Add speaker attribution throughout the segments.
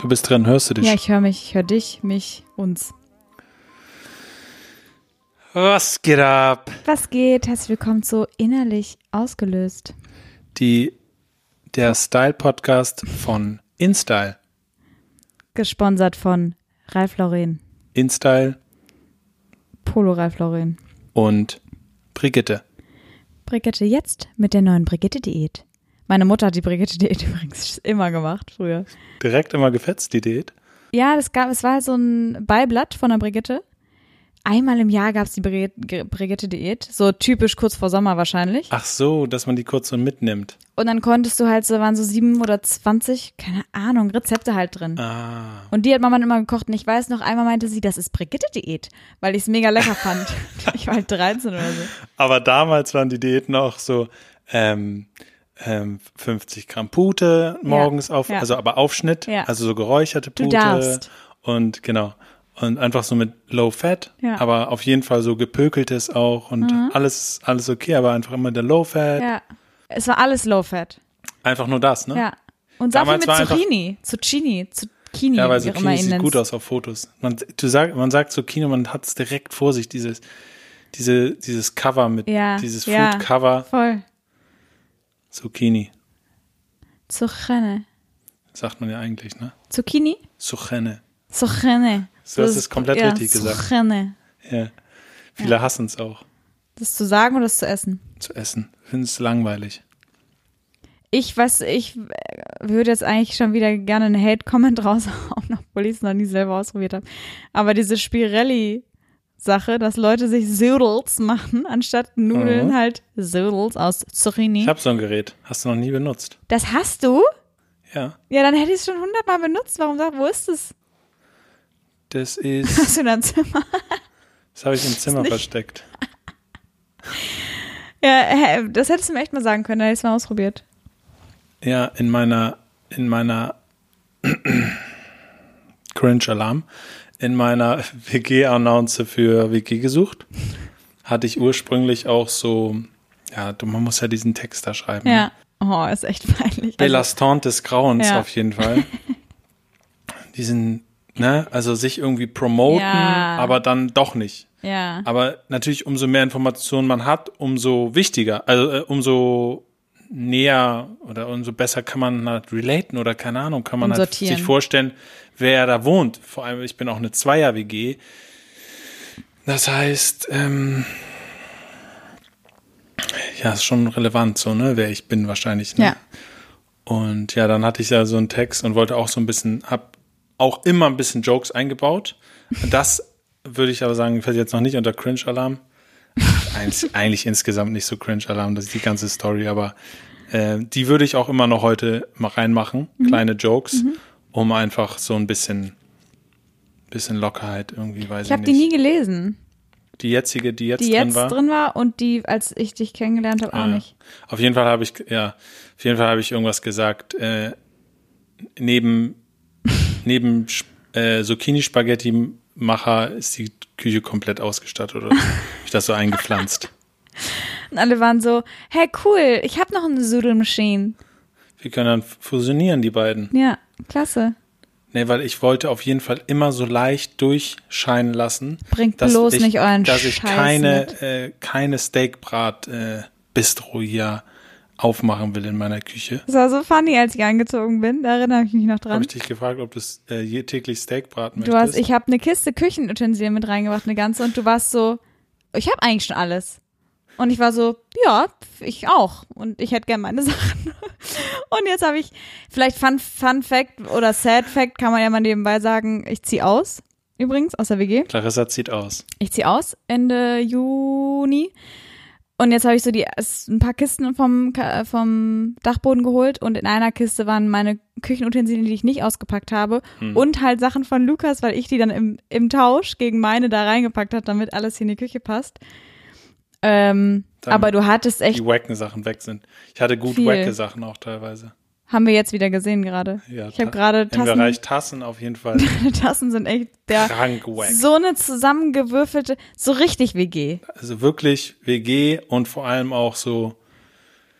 Speaker 1: Du bist drin, hörst du dich?
Speaker 2: Ja, ich höre mich, ich höre dich, mich, uns.
Speaker 1: Was geht ab?
Speaker 2: Was geht? Herzlich willkommen zu Innerlich Ausgelöst.
Speaker 1: Der Style-Podcast von InStyle.
Speaker 2: Gesponsert von Ralph Lauren.
Speaker 1: InStyle.
Speaker 2: Polo Ralph Lauren.
Speaker 1: Und Brigitte.
Speaker 2: Brigitte jetzt mit der neuen Brigitte-Diät. Meine Mutter hat die Brigitte-Diät übrigens immer gemacht früher.
Speaker 1: Direkt immer gefetzt, die Diät?
Speaker 2: Ja, es war halt so ein Beiblatt von der Brigitte. Einmal im Jahr gab es die Brigitte-Diät, so typisch kurz vor Sommer wahrscheinlich.
Speaker 1: Ach so, dass man die kurz so mitnimmt.
Speaker 2: Und dann konntest du halt, so waren so 7 oder 20, keine Ahnung, Rezepte halt drin.
Speaker 1: Ah.
Speaker 2: Und die hat Mama immer gekocht. Und ich weiß noch, einmal meinte sie, das ist Brigitte-Diät, weil ich es mega lecker fand. Ich war halt 13 oder so.
Speaker 1: Aber damals waren die Diäten auch so 50 Gramm Pute morgens also aber Aufschnitt, also so geräucherte Pute.
Speaker 2: Du darfst.
Speaker 1: Und genau. Und einfach so mit Low Fat, aber auf jeden Fall so gepökeltes auch und alles okay, aber einfach immer der Low Fat.
Speaker 2: Ja, es war alles Low Fat.
Speaker 1: Einfach nur das, ne?
Speaker 2: Ja. Und so viel mit Zucchini.
Speaker 1: Ja, weil Zucchini sieht gut aus auf Fotos. Man sagt Zucchini, man hat es direkt vor sich, dieses Cover mit, dieses Food Cover.
Speaker 2: Voll.
Speaker 1: Zucchini.
Speaker 2: Zucchini.
Speaker 1: Sagt man ja eigentlich, ne?
Speaker 2: Zucchini?
Speaker 1: Zucchini.
Speaker 2: Du
Speaker 1: hast es komplett richtig gesagt.
Speaker 2: Zucchini.
Speaker 1: Ja. Viele hassen es auch.
Speaker 2: Das zu sagen oder das zu essen?
Speaker 1: Zu essen. Ich finde es langweilig.
Speaker 2: Ich würde jetzt eigentlich schon wieder gerne einen Hate-Comment raushauen, obwohl ich es noch nie selber ausprobiert habe. Aber diese Spirelli-Sache, dass Leute sich Zoodles machen, anstatt Nudeln halt Zoodles aus Zucchini.
Speaker 1: Ich habe so ein Gerät. Hast du noch nie benutzt?
Speaker 2: Das hast du?
Speaker 1: Ja.
Speaker 2: Ja, dann hätte ich es schon 100-mal benutzt. Wo ist es?
Speaker 1: Das ist...
Speaker 2: Hast du in deinem Zimmer?
Speaker 1: Das habe ich im Zimmer versteckt.
Speaker 2: Ja, das hättest du mir echt mal sagen können, dann hätte ich es mal ausprobiert.
Speaker 1: Ja, in meiner Cringe-Alarm, in meiner WG-Announce für WG gesucht, hatte ich ursprünglich auch so, man muss ja diesen Text da schreiben.
Speaker 2: Ja, oh, ist echt peinlich.
Speaker 1: Belastant des Grauens auf jeden Fall. Diesen, also sich irgendwie promoten, aber dann doch nicht.
Speaker 2: Ja.
Speaker 1: Aber natürlich, umso mehr Informationen man hat, umso wichtiger, also umso näher oder umso besser kann man halt relaten oder keine Ahnung, kann man halt sich vorstellen, wer da wohnt. Vor allem, ich bin auch eine Zweier-WG. Das heißt, ist schon relevant so, ne, wer ich bin wahrscheinlich. Ne?
Speaker 2: Ja.
Speaker 1: Und dann hatte ich ja so einen Text und wollte auch so ein bisschen, hab auch immer ein bisschen Jokes eingebaut. Das würde ich aber sagen, fällt jetzt noch nicht unter Cringe-Alarm. Eigentlich insgesamt nicht so Cringe-Alarm, das ist die ganze Story, aber die würde ich auch immer noch heute mal reinmachen, kleine Jokes, um einfach so ein bisschen Lockerheit irgendwie, weiß ich nicht.
Speaker 2: Ich habe die nie gelesen.
Speaker 1: Die jetzige, die jetzt
Speaker 2: drin war und die, als ich dich kennengelernt habe, auch nicht.
Speaker 1: Auf jeden Fall habe ich irgendwas gesagt, neben Zucchini-Spaghetti-Macher ist die Küche komplett ausgestattet oder habe ich das so eingepflanzt.
Speaker 2: Und alle waren so, hey cool, ich habe noch eine Zoodle Machine.
Speaker 1: Wir können dann fusionieren, die beiden.
Speaker 2: Ja, klasse.
Speaker 1: Nee, weil ich wollte auf jeden Fall immer so leicht durchscheinen lassen.
Speaker 2: Bringt bloß nicht euren Scheiß
Speaker 1: dass ich keine Steakbrat-Bistro hier aufmachen will in meiner Küche.
Speaker 2: Das war so funny, als ich eingezogen bin. Da erinnere ich mich noch dran.
Speaker 1: Habe ich dich gefragt, ob du täglich Steak braten möchtest?
Speaker 2: Ich habe eine Kiste Küchenutensilien mit reingebracht, eine ganze, und du warst so, ich habe eigentlich schon alles. Und ich war so, ja, ich auch. Und ich hätte gerne meine Sachen. Und jetzt habe ich, vielleicht Fun Fact oder Sad Fact, kann man ja mal nebenbei sagen, ich ziehe aus. Übrigens, aus der WG.
Speaker 1: Clarissa zieht aus.
Speaker 2: Ich ziehe aus Ende Juni. Und jetzt habe ich so ein paar Kisten vom Dachboden geholt, und in einer Kiste waren meine Küchenutensilien, die ich nicht ausgepackt habe, und halt Sachen von Lukas, weil ich die dann im Tausch gegen meine da reingepackt habe, damit alles hier in die Küche passt. Aber du hattest echt...
Speaker 1: Die wacken Sachen weg sind. Ich hatte gut wacke Sachen auch teilweise.
Speaker 2: Haben wir jetzt wieder gesehen gerade.
Speaker 1: Ja,
Speaker 2: ich habe gerade Tassen...
Speaker 1: Im Bereich Tassen auf jeden Fall.
Speaker 2: Deine Tassen sind echt
Speaker 1: krank wack.
Speaker 2: So eine zusammengewürfelte, so richtig WG.
Speaker 1: Also wirklich WG und vor allem auch so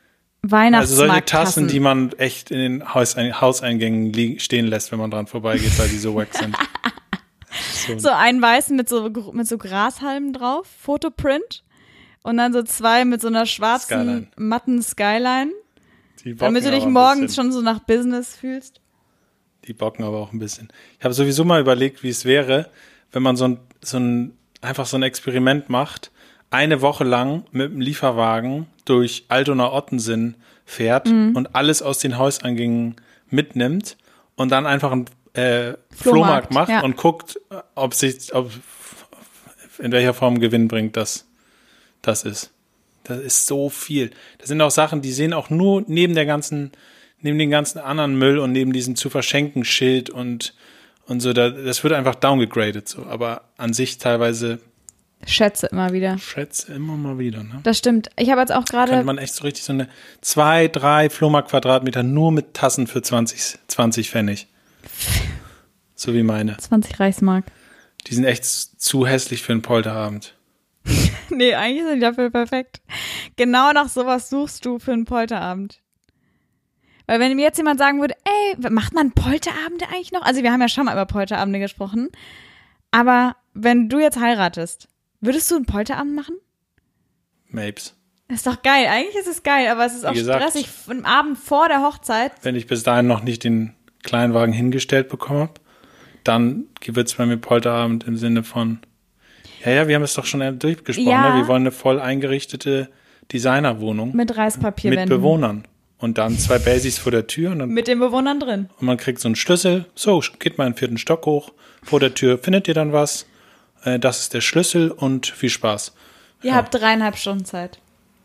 Speaker 2: Weihnachtsmarkt.
Speaker 1: Also solche Tassen, die man echt in den Hauseingängen stehen lässt, wenn man dran vorbeigeht, weil die so wack sind.
Speaker 2: So einen weißen mit so Grashalmen drauf, Fotoprint. Und dann so zwei mit so einer schwarzen,
Speaker 1: Skyline.
Speaker 2: matten Skyline.
Speaker 1: Die
Speaker 2: Damit du dich
Speaker 1: aber ein
Speaker 2: morgens
Speaker 1: bisschen.
Speaker 2: schon so nach Business fühlst.
Speaker 1: Die bocken aber auch ein bisschen. Ich habe sowieso mal überlegt, wie es wäre, wenn man einfach so ein Experiment macht, eine Woche lang mit dem Lieferwagen durch Altona-Ottensen fährt und alles aus den Hauseingängen mitnimmt und dann einfach einen Flohmarkt macht und guckt, ob in welcher Form Gewinn bringt das ist. Das ist so viel. Das sind auch Sachen, die sehen auch nur neben den ganzen anderen Müll und neben diesem zu verschenken Schild und so, das wird einfach downgegradet so, aber an sich teilweise
Speaker 2: Schätze immer wieder.
Speaker 1: Mal wieder, ne?
Speaker 2: Das stimmt. Ich habe jetzt auch gerade.
Speaker 1: Könnte man echt so richtig so eine 2-3 Flohmarkt-Quadratmeter nur mit Tassen für 20 Pfennig. So wie meine.
Speaker 2: 20 Reichsmark.
Speaker 1: Die sind echt zu hässlich für einen Polterabend.
Speaker 2: Nee, eigentlich sind die dafür perfekt. Genau nach sowas suchst du für einen Polterabend. Weil wenn mir jetzt jemand sagen würde, ey, macht man Polterabende eigentlich noch? Also wir haben ja schon mal über Polterabende gesprochen. Aber wenn du jetzt heiratest, würdest du einen Polterabend machen?
Speaker 1: Mapes.
Speaker 2: Das ist doch geil. Eigentlich ist es geil, aber es ist auch stressig am Abend vor der Hochzeit.
Speaker 1: Wenn ich bis dahin noch nicht den Kleinwagen hingestellt bekommen habe, dann wird es bei mir Polterabend im Sinne von, ja, wir haben es doch schon durchgesprochen,
Speaker 2: ja.
Speaker 1: Ne? Wir wollen eine voll eingerichtete Designerwohnung.
Speaker 2: Mit Reispapierwänden.
Speaker 1: Mit Bewohnern. Und dann 2 Basics vor der Tür. Und dann,
Speaker 2: mit den Bewohnern drin.
Speaker 1: Und man kriegt so einen Schlüssel. So, geht mal in den 4. Stock hoch. Vor der Tür findet ihr dann was. Das ist der Schlüssel und viel Spaß.
Speaker 2: Ihr habt 3,5 Stunden Zeit.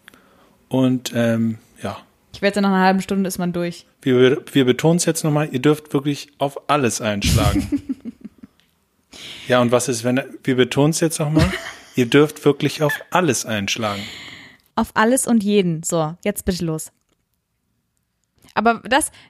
Speaker 1: Und ja.
Speaker 2: Ich wette, nach einer halben Stunde ist man durch.
Speaker 1: Wir betonen es jetzt nochmal, ihr dürft wirklich auf alles einschlagen. Ja, und was ist, wir betonen es jetzt nochmal, ihr dürft wirklich auf alles einschlagen.
Speaker 2: Auf alles und jeden. So, jetzt bitte los. Aber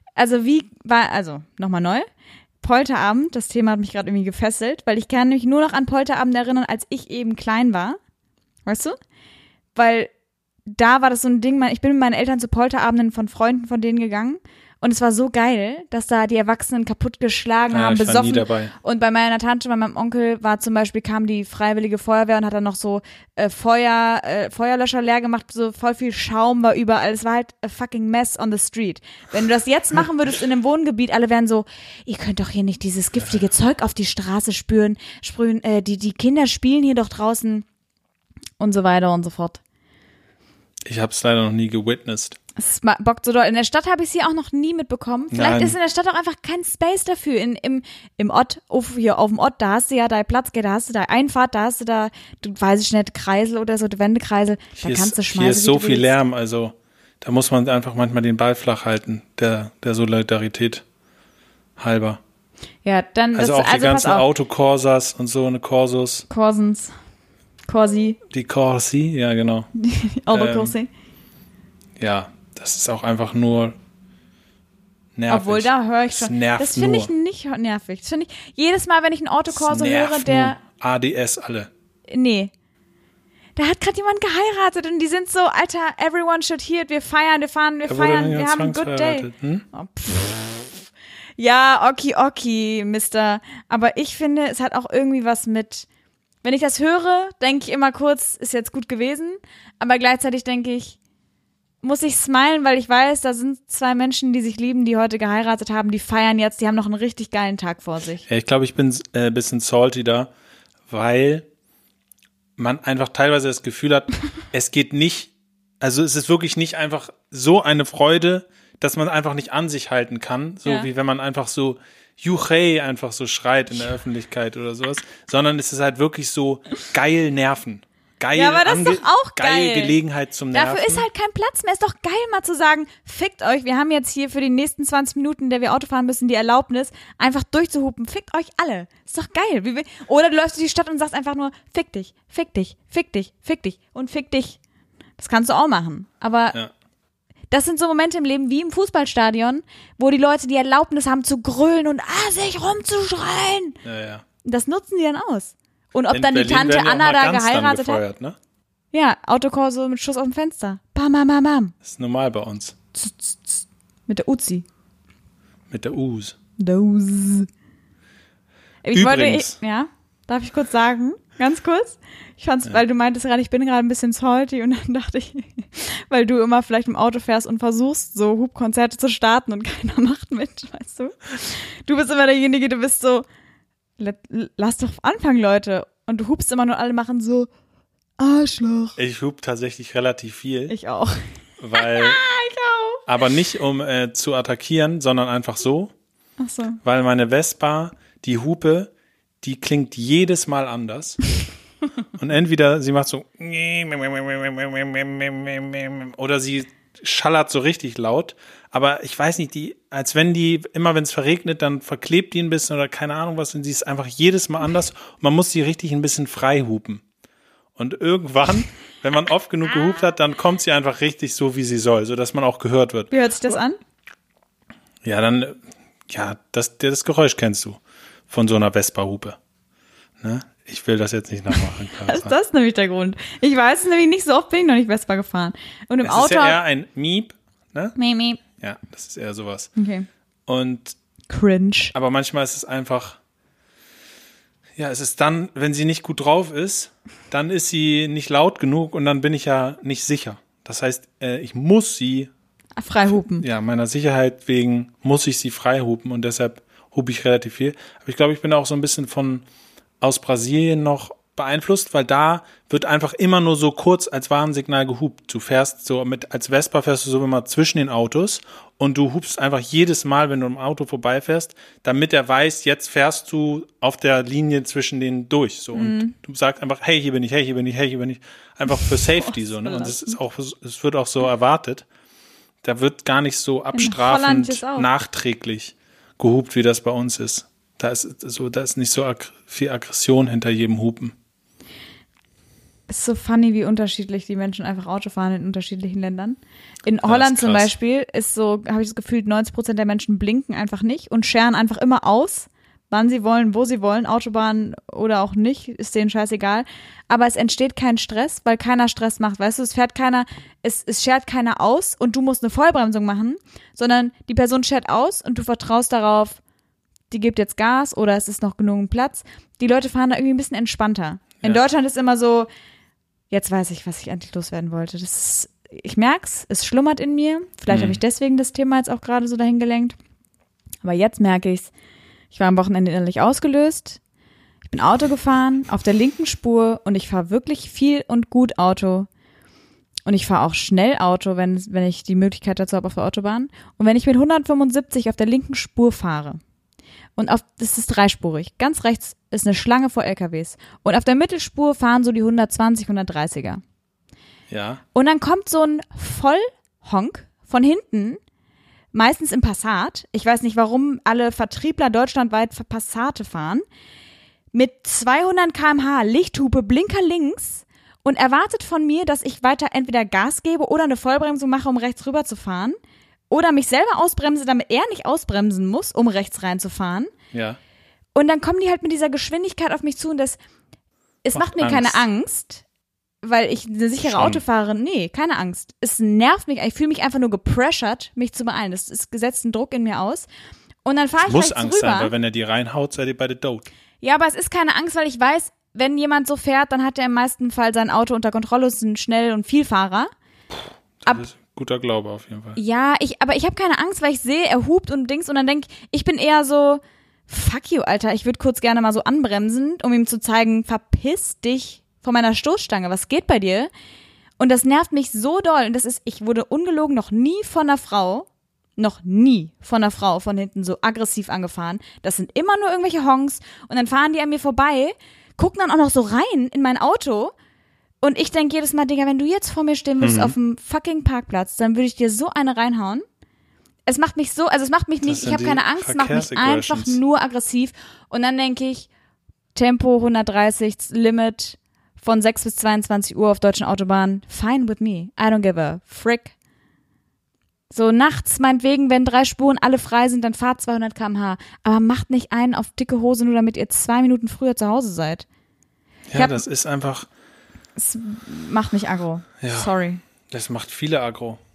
Speaker 2: nochmal neu. Polterabend, das Thema hat mich gerade irgendwie gefesselt, weil ich kann mich nur noch an Polterabend erinnern, als ich eben klein war. Weißt du? Weil da war das so ein Ding, ich bin mit meinen Eltern zu Polterabenden von Freunden von denen gegangen und es war so geil, dass da die Erwachsenen kaputtgeschlagen haben, besoffen. War nie dabei. Und bei meiner Tante, bei meinem Onkel kam die Freiwillige Feuerwehr und hat dann noch so Feuerlöscher leer gemacht, so voll viel Schaum war überall. Es war halt a fucking mess on the street. Wenn du das jetzt machen würdest in einem Wohngebiet, alle wären so, ihr könnt doch hier nicht dieses giftige Zeug auf die Straße sprühen, die Kinder spielen hier doch draußen und so weiter und so fort.
Speaker 1: Ich habe es leider noch nie gewitnessed.
Speaker 2: Es bockt so doll. In der Stadt habe ich es hier auch noch nie mitbekommen. Vielleicht ist in der Stadt auch einfach kein Space dafür. Im Ott, hier auf dem Ott, da hast du ja deinen Platz, da hast du da Einfahrt, da hast du da, du weiß ich nicht, Kreisel oder so, Wendekreisel, da kannst du schmeißen.
Speaker 1: Hier ist so viel Lärm, also da muss man einfach manchmal den Ball flach halten, der Solidarität halber.
Speaker 2: Ja, dann
Speaker 1: also auch die ganzen Autocorsas und so, eine Corsos. Corsi. Die Corsi, ja genau.
Speaker 2: Autocorsi.
Speaker 1: Ja, das ist auch einfach nur nervig.
Speaker 2: Obwohl, da höre ich schon.
Speaker 1: Das
Speaker 2: finde ich nicht nervig. Das finde ich, jedes Mal, wenn ich einen Autocorso höre, der...
Speaker 1: ADS alle.
Speaker 2: Nee. Da hat gerade jemand geheiratet und die sind so, Alter, everyone should hear it, wir feiern, wir haben einen good day. Oh, ja, okay, Mister. Aber ich finde, es hat auch irgendwie was mit... Wenn ich das höre, denke ich immer kurz, ist jetzt gut gewesen, aber gleichzeitig denke ich, muss ich smilen, weil ich weiß, da sind 2 Menschen, die sich lieben, die heute geheiratet haben, die feiern jetzt, die haben noch einen richtig geilen Tag vor sich.
Speaker 1: Ja, ich glaube, ich bin ein bisschen salty da, weil man einfach teilweise das Gefühl hat, es ist wirklich nicht einfach so eine Freude, dass man einfach nicht an sich halten kann, so wie wenn man einfach so Juchey einfach so schreit in der Öffentlichkeit oder sowas, sondern es ist halt wirklich so geil nerven. Geil,
Speaker 2: ja, aber das ist doch auch
Speaker 1: geil. Gelegenheit zum Nerven.
Speaker 2: Dafür ist halt kein Platz mehr. Ist doch geil, mal zu sagen, fickt euch, wir haben jetzt hier für die nächsten 20 Minuten, in der wir Auto fahren müssen, die Erlaubnis, einfach durchzuhupen. Fickt euch alle. Ist doch geil. Oder du läufst durch die Stadt und sagst einfach nur, fick dich, fick dich, fick dich, fick dich und fick dich. Das kannst du auch machen. Aber das sind so Momente im Leben wie im Fußballstadion, wo die Leute die Erlaubnis haben zu grölen und sich rumzuschreien.
Speaker 1: Ja.
Speaker 2: Das nutzen die dann aus. Und ob dann die Tante Anna da geheiratet hat.
Speaker 1: Ne?
Speaker 2: Ja, Autokorso mit Schuss auf dem Fenster. Bam, bam, bam, bam.
Speaker 1: Das ist normal bei uns.
Speaker 2: Mit der Uzi.
Speaker 1: Mit der Us.
Speaker 2: Dose.
Speaker 1: Übrigens.
Speaker 2: Darf ich kurz sagen? Ganz kurz? Ich fand's, weil du meintest gerade, ich bin gerade ein bisschen salty und dann dachte ich, weil du immer vielleicht im Auto fährst und versuchst, so Hupkonzerte zu starten und keiner macht mit, weißt du? Du bist immer derjenige, du bist so, lass doch anfangen, Leute. Und du hupst immer nur, alle machen so, Arschloch.
Speaker 1: Ich hup tatsächlich relativ viel.
Speaker 2: Ich auch.
Speaker 1: Weil,
Speaker 2: Ich auch.
Speaker 1: aber nicht um zu attackieren, sondern einfach so.
Speaker 2: Ach so.
Speaker 1: Weil meine Vespa, die Hupe, die klingt jedes Mal anders. Und entweder sie macht so oder sie schallert so richtig laut. Aber ich weiß nicht, als wenn immer wenn es verregnet, dann verklebt die ein bisschen oder keine Ahnung was. Und sie ist einfach jedes Mal anders. Und man muss sie richtig ein bisschen frei hupen. Und irgendwann, wenn man oft genug gehupt hat, dann kommt sie einfach richtig so, wie sie soll, sodass man auch gehört wird.
Speaker 2: Wie hört sich das an?
Speaker 1: Ja, das Geräusch kennst du von so einer Vespa-Hupe. Ne? Ich will das jetzt nicht nachmachen.
Speaker 2: Ist das nämlich der Grund? Ich weiß es nämlich nicht, so oft bin ich noch nicht Vespa gefahren. Und im
Speaker 1: das
Speaker 2: Auto.
Speaker 1: ist ja eher ein Miep, ne?
Speaker 2: Miep.
Speaker 1: Ja, das ist eher sowas.
Speaker 2: Okay.
Speaker 1: Und
Speaker 2: Cringe.
Speaker 1: aber manchmal ist es einfach, ja, es ist dann, wenn sie nicht gut drauf ist, dann ist sie nicht laut genug und dann bin ich ja nicht sicher. Das heißt, ich muss sie
Speaker 2: Freihupen.
Speaker 1: Ja, meiner Sicherheit wegen muss ich sie freihupen und deshalb hupe ich relativ viel. Aber ich glaube, ich bin auch so ein bisschen aus Brasilien noch beeinflusst, weil da wird einfach immer nur so kurz als Warnsignal gehupt. Du fährst so als Vespa fährst du so immer zwischen den Autos und du hupst einfach jedes Mal, wenn du im Auto vorbeifährst, damit er weiß, jetzt fährst du auf der Linie zwischen denen durch, so. Und du sagst einfach, hey, hier bin ich, hey, hier bin ich, hey, hier bin ich. Einfach für Safety, so, ne? Und es wird auch so erwartet. Da wird gar nicht so abstrafend nachträglich gehupt, wie das bei uns ist. Da ist nicht so viel Aggression hinter jedem Hupen.
Speaker 2: Es ist so funny, wie unterschiedlich die Menschen einfach Auto fahren in unterschiedlichen Ländern. In Holland zum Beispiel ist so, habe ich das Gefühl, 90% der Menschen blinken einfach nicht und scheren einfach immer aus, wann sie wollen, wo sie wollen, Autobahn oder auch nicht, ist denen scheißegal. Aber es entsteht kein Stress, weil keiner Stress macht. Weißt du, es schert keiner aus und du musst eine Vollbremsung machen, sondern die Person schert aus und du vertraust darauf, die gibt jetzt Gas oder es ist noch genug Platz. Die Leute fahren da irgendwie ein bisschen entspannter. In Deutschland ist immer so, jetzt weiß ich, was ich eigentlich loswerden wollte. Ich merk's, es schlummert in mir. Vielleicht habe ich deswegen das Thema jetzt auch gerade so dahin gelenkt. Aber jetzt merke ich's. Ich war am Wochenende innerlich ausgelöst. Ich bin Auto gefahren, auf der linken Spur und ich fahre wirklich viel und gut Auto. Und ich fahre auch schnell Auto, wenn ich die Möglichkeit dazu habe auf der Autobahn. Und wenn ich mit 175 auf der linken Spur fahre, und das ist dreispurig. Ganz rechts ist eine Schlange vor LKWs. Und auf der Mittelspur fahren so die 120, 130er.
Speaker 1: Ja.
Speaker 2: Und dann kommt so ein Vollhonk von hinten, meistens im Passat. Ich weiß nicht, warum alle Vertriebler deutschlandweit für Passate fahren. Mit 200 km/h, Lichthupe, Blinker links und erwartet von mir, dass ich weiter entweder Gas gebe oder eine Vollbremsung mache, um rechts rüber zu fahren. Oder mich selber ausbremse, damit er nicht ausbremsen muss, um rechts reinzufahren.
Speaker 1: Ja.
Speaker 2: Und dann kommen die halt mit dieser Geschwindigkeit auf mich zu und es macht mir keine Angst, weil ich eine sichere Autofahrerin, nee, keine Angst. Es nervt mich, ich fühle mich einfach nur gepressured, mich zu beeilen. Das gesetzt einen Druck in mir aus. Und dann fahre ich rechts rüber.
Speaker 1: Muss Angst sein, weil wenn er die reinhaut, seid ihr beide tot.
Speaker 2: Ja, aber es ist keine Angst, weil ich weiß, wenn jemand so fährt, dann hat er im meisten Fall sein Auto unter Kontrolle, ist ein Schnell- und Vielfahrer.
Speaker 1: Das ist guter Glaube auf jeden Fall.
Speaker 2: Ja, aber ich habe keine Angst, weil ich sehe, er hupt und Dings und dann denke ich bin eher so, fuck you, Alter, ich würde kurz gerne mal so anbremsen, um ihm zu zeigen, verpiss dich von meiner Stoßstange, was geht bei dir? Und das nervt mich so doll und ich wurde ungelogen noch nie von einer Frau von hinten so aggressiv angefahren. Das sind immer nur irgendwelche Honks und dann fahren die an mir vorbei, gucken dann auch noch so rein in mein Auto. Und ich denke jedes Mal, Digga, wenn du jetzt vor mir stehen würdest auf dem fucking Parkplatz, dann würde ich dir so eine reinhauen. Es macht mich so, also es macht mich nicht, ich habe keine Angst, es macht mich einfach nur aggressiv. Und dann denke ich, Tempo 130, Limit von 6 bis 22 Uhr auf deutschen Autobahnen, fine with me. I don't give a frick. So nachts, meinetwegen, wenn 3 Spuren alle frei sind, dann fahrt 200 km/h. Aber macht nicht einen auf dicke Hose, nur damit ihr 2 Minuten früher zu Hause seid.
Speaker 1: Ja, das ist einfach...
Speaker 2: Es macht mich aggro.
Speaker 1: Ja,
Speaker 2: sorry.
Speaker 1: Das macht viele aggro.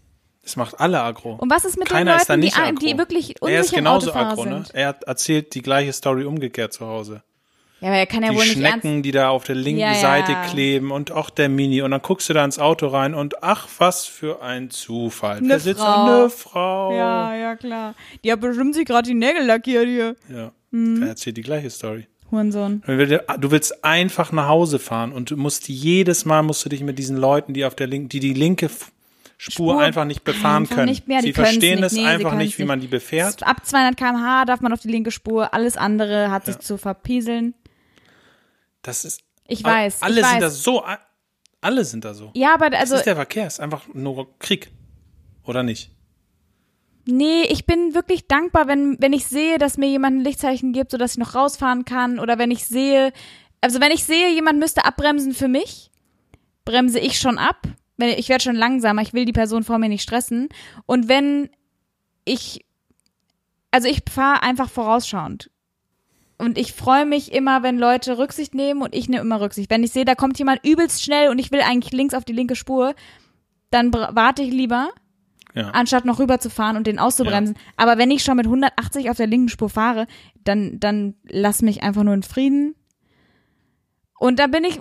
Speaker 1: Es macht alle aggro.
Speaker 2: Und was ist mit
Speaker 1: Keiner
Speaker 2: den
Speaker 1: ist da
Speaker 2: Leuten,
Speaker 1: nicht aggro.
Speaker 2: die wirklich unsicher
Speaker 1: Er ist genauso
Speaker 2: Autofahrer
Speaker 1: aggro, ne?
Speaker 2: sind?
Speaker 1: Er erzählt die gleiche Story umgekehrt zu Hause.
Speaker 2: Ja, aber er kann ja
Speaker 1: Die
Speaker 2: wohl nicht ernst.
Speaker 1: Schnecken, die da auf der linken
Speaker 2: Ja, ja.
Speaker 1: Seite kleben und auch der Mini. Und dann guckst du da ins Auto rein und ach, was für ein Zufall. Da sitzt eine Frau.
Speaker 2: Ja, klar. Die hat bestimmt sich gerade die Nägel lackiert hier.
Speaker 1: Ja, er erzählt die gleiche Story.
Speaker 2: Hurensohn.
Speaker 1: Du willst einfach nach Hause fahren und jedes Mal musst du dich mit diesen Leuten, die die linke Spur einfach nicht befahren
Speaker 2: einfach
Speaker 1: können.
Speaker 2: nicht mehr, die
Speaker 1: Sie verstehen
Speaker 2: können's
Speaker 1: es
Speaker 2: nicht. Nee,
Speaker 1: einfach
Speaker 2: sie
Speaker 1: nicht, wie
Speaker 2: können's
Speaker 1: man die befährt.
Speaker 2: Ab 200 km/h darf man auf die linke Spur, alles andere hat sich zu verpieseln.
Speaker 1: Das ist.
Speaker 2: Ich weiß.
Speaker 1: Alle sind da so. Alle sind da so.
Speaker 2: Ja, aber
Speaker 1: Das ist der Verkehr, ist einfach nur Krieg. Oder nicht?
Speaker 2: Nee, ich bin wirklich dankbar, wenn ich sehe, dass mir jemand ein Lichtzeichen gibt, sodass ich noch rausfahren kann. Oder wenn ich sehe, jemand müsste abbremsen für mich, bremse ich schon ab. Ich werde schon langsamer, ich will die Person vor mir nicht stressen. Und ich fahre einfach vorausschauend. Und ich freue mich immer, wenn Leute Rücksicht nehmen und ich nehme immer Rücksicht. Wenn ich sehe, da kommt jemand übelst schnell und ich will eigentlich links auf die linke Spur, dann warte ich lieber, anstatt noch rüber zu fahren und den auszubremsen. Ja. Aber wenn ich schon mit 180 auf der linken Spur fahre, dann lass mich einfach nur in Frieden. Und da bin ich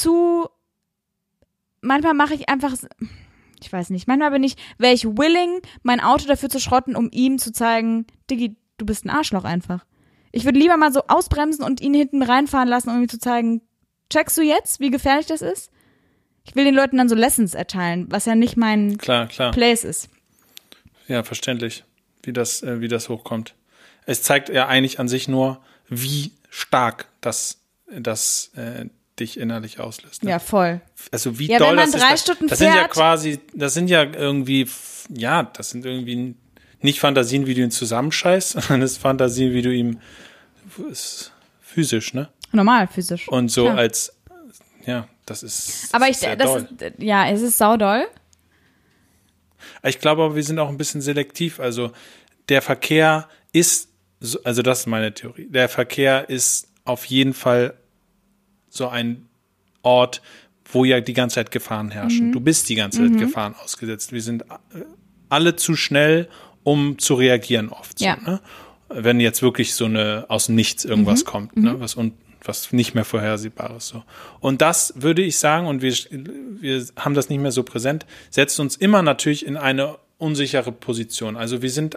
Speaker 2: manchmal mache ich einfach, ich weiß nicht, wäre ich willing, mein Auto dafür zu schrotten, um ihm zu zeigen, Diggi, du bist ein Arschloch einfach. Ich würde lieber mal so ausbremsen und ihn hinten reinfahren lassen, um ihm zu zeigen, checkst du jetzt, wie gefährlich das ist? Ich will den Leuten dann so Lessons erteilen, was ja nicht mein Place ist.
Speaker 1: Ja, verständlich, wie das hochkommt. Es zeigt ja eigentlich an sich nur, wie stark das dich innerlich auslöst. Ne?
Speaker 2: Ja, voll.
Speaker 1: Also wie doll das ist.
Speaker 2: Wenn man 3 Stunden
Speaker 1: das
Speaker 2: fährt.
Speaker 1: Das sind ja irgendwie nicht Fantasien, wie du ihn zusammenscheißt, sondern das ist Fantasien, wie du ihm physisch, ne?
Speaker 2: Normal, physisch.
Speaker 1: Und so
Speaker 2: klar.
Speaker 1: Das ist
Speaker 2: aber
Speaker 1: doll.
Speaker 2: Es ist saudoll.
Speaker 1: Ich glaube aber, wir sind auch ein bisschen selektiv. Also der Verkehr ist, also das ist meine Theorie, der Verkehr ist auf jeden Fall so ein Ort, wo ja die ganze Zeit Gefahren herrschen. Du bist die ganze Zeit Gefahren ausgesetzt. Wir sind alle zu schnell, um zu reagieren oft. So, ne? Wenn jetzt wirklich so aus dem Nichts irgendwas kommt, ne? Was nicht mehr Vorhersehbares. So. Und das würde ich sagen, und wir haben das nicht mehr so präsent, setzt uns immer natürlich in eine unsichere Position. Also wir sind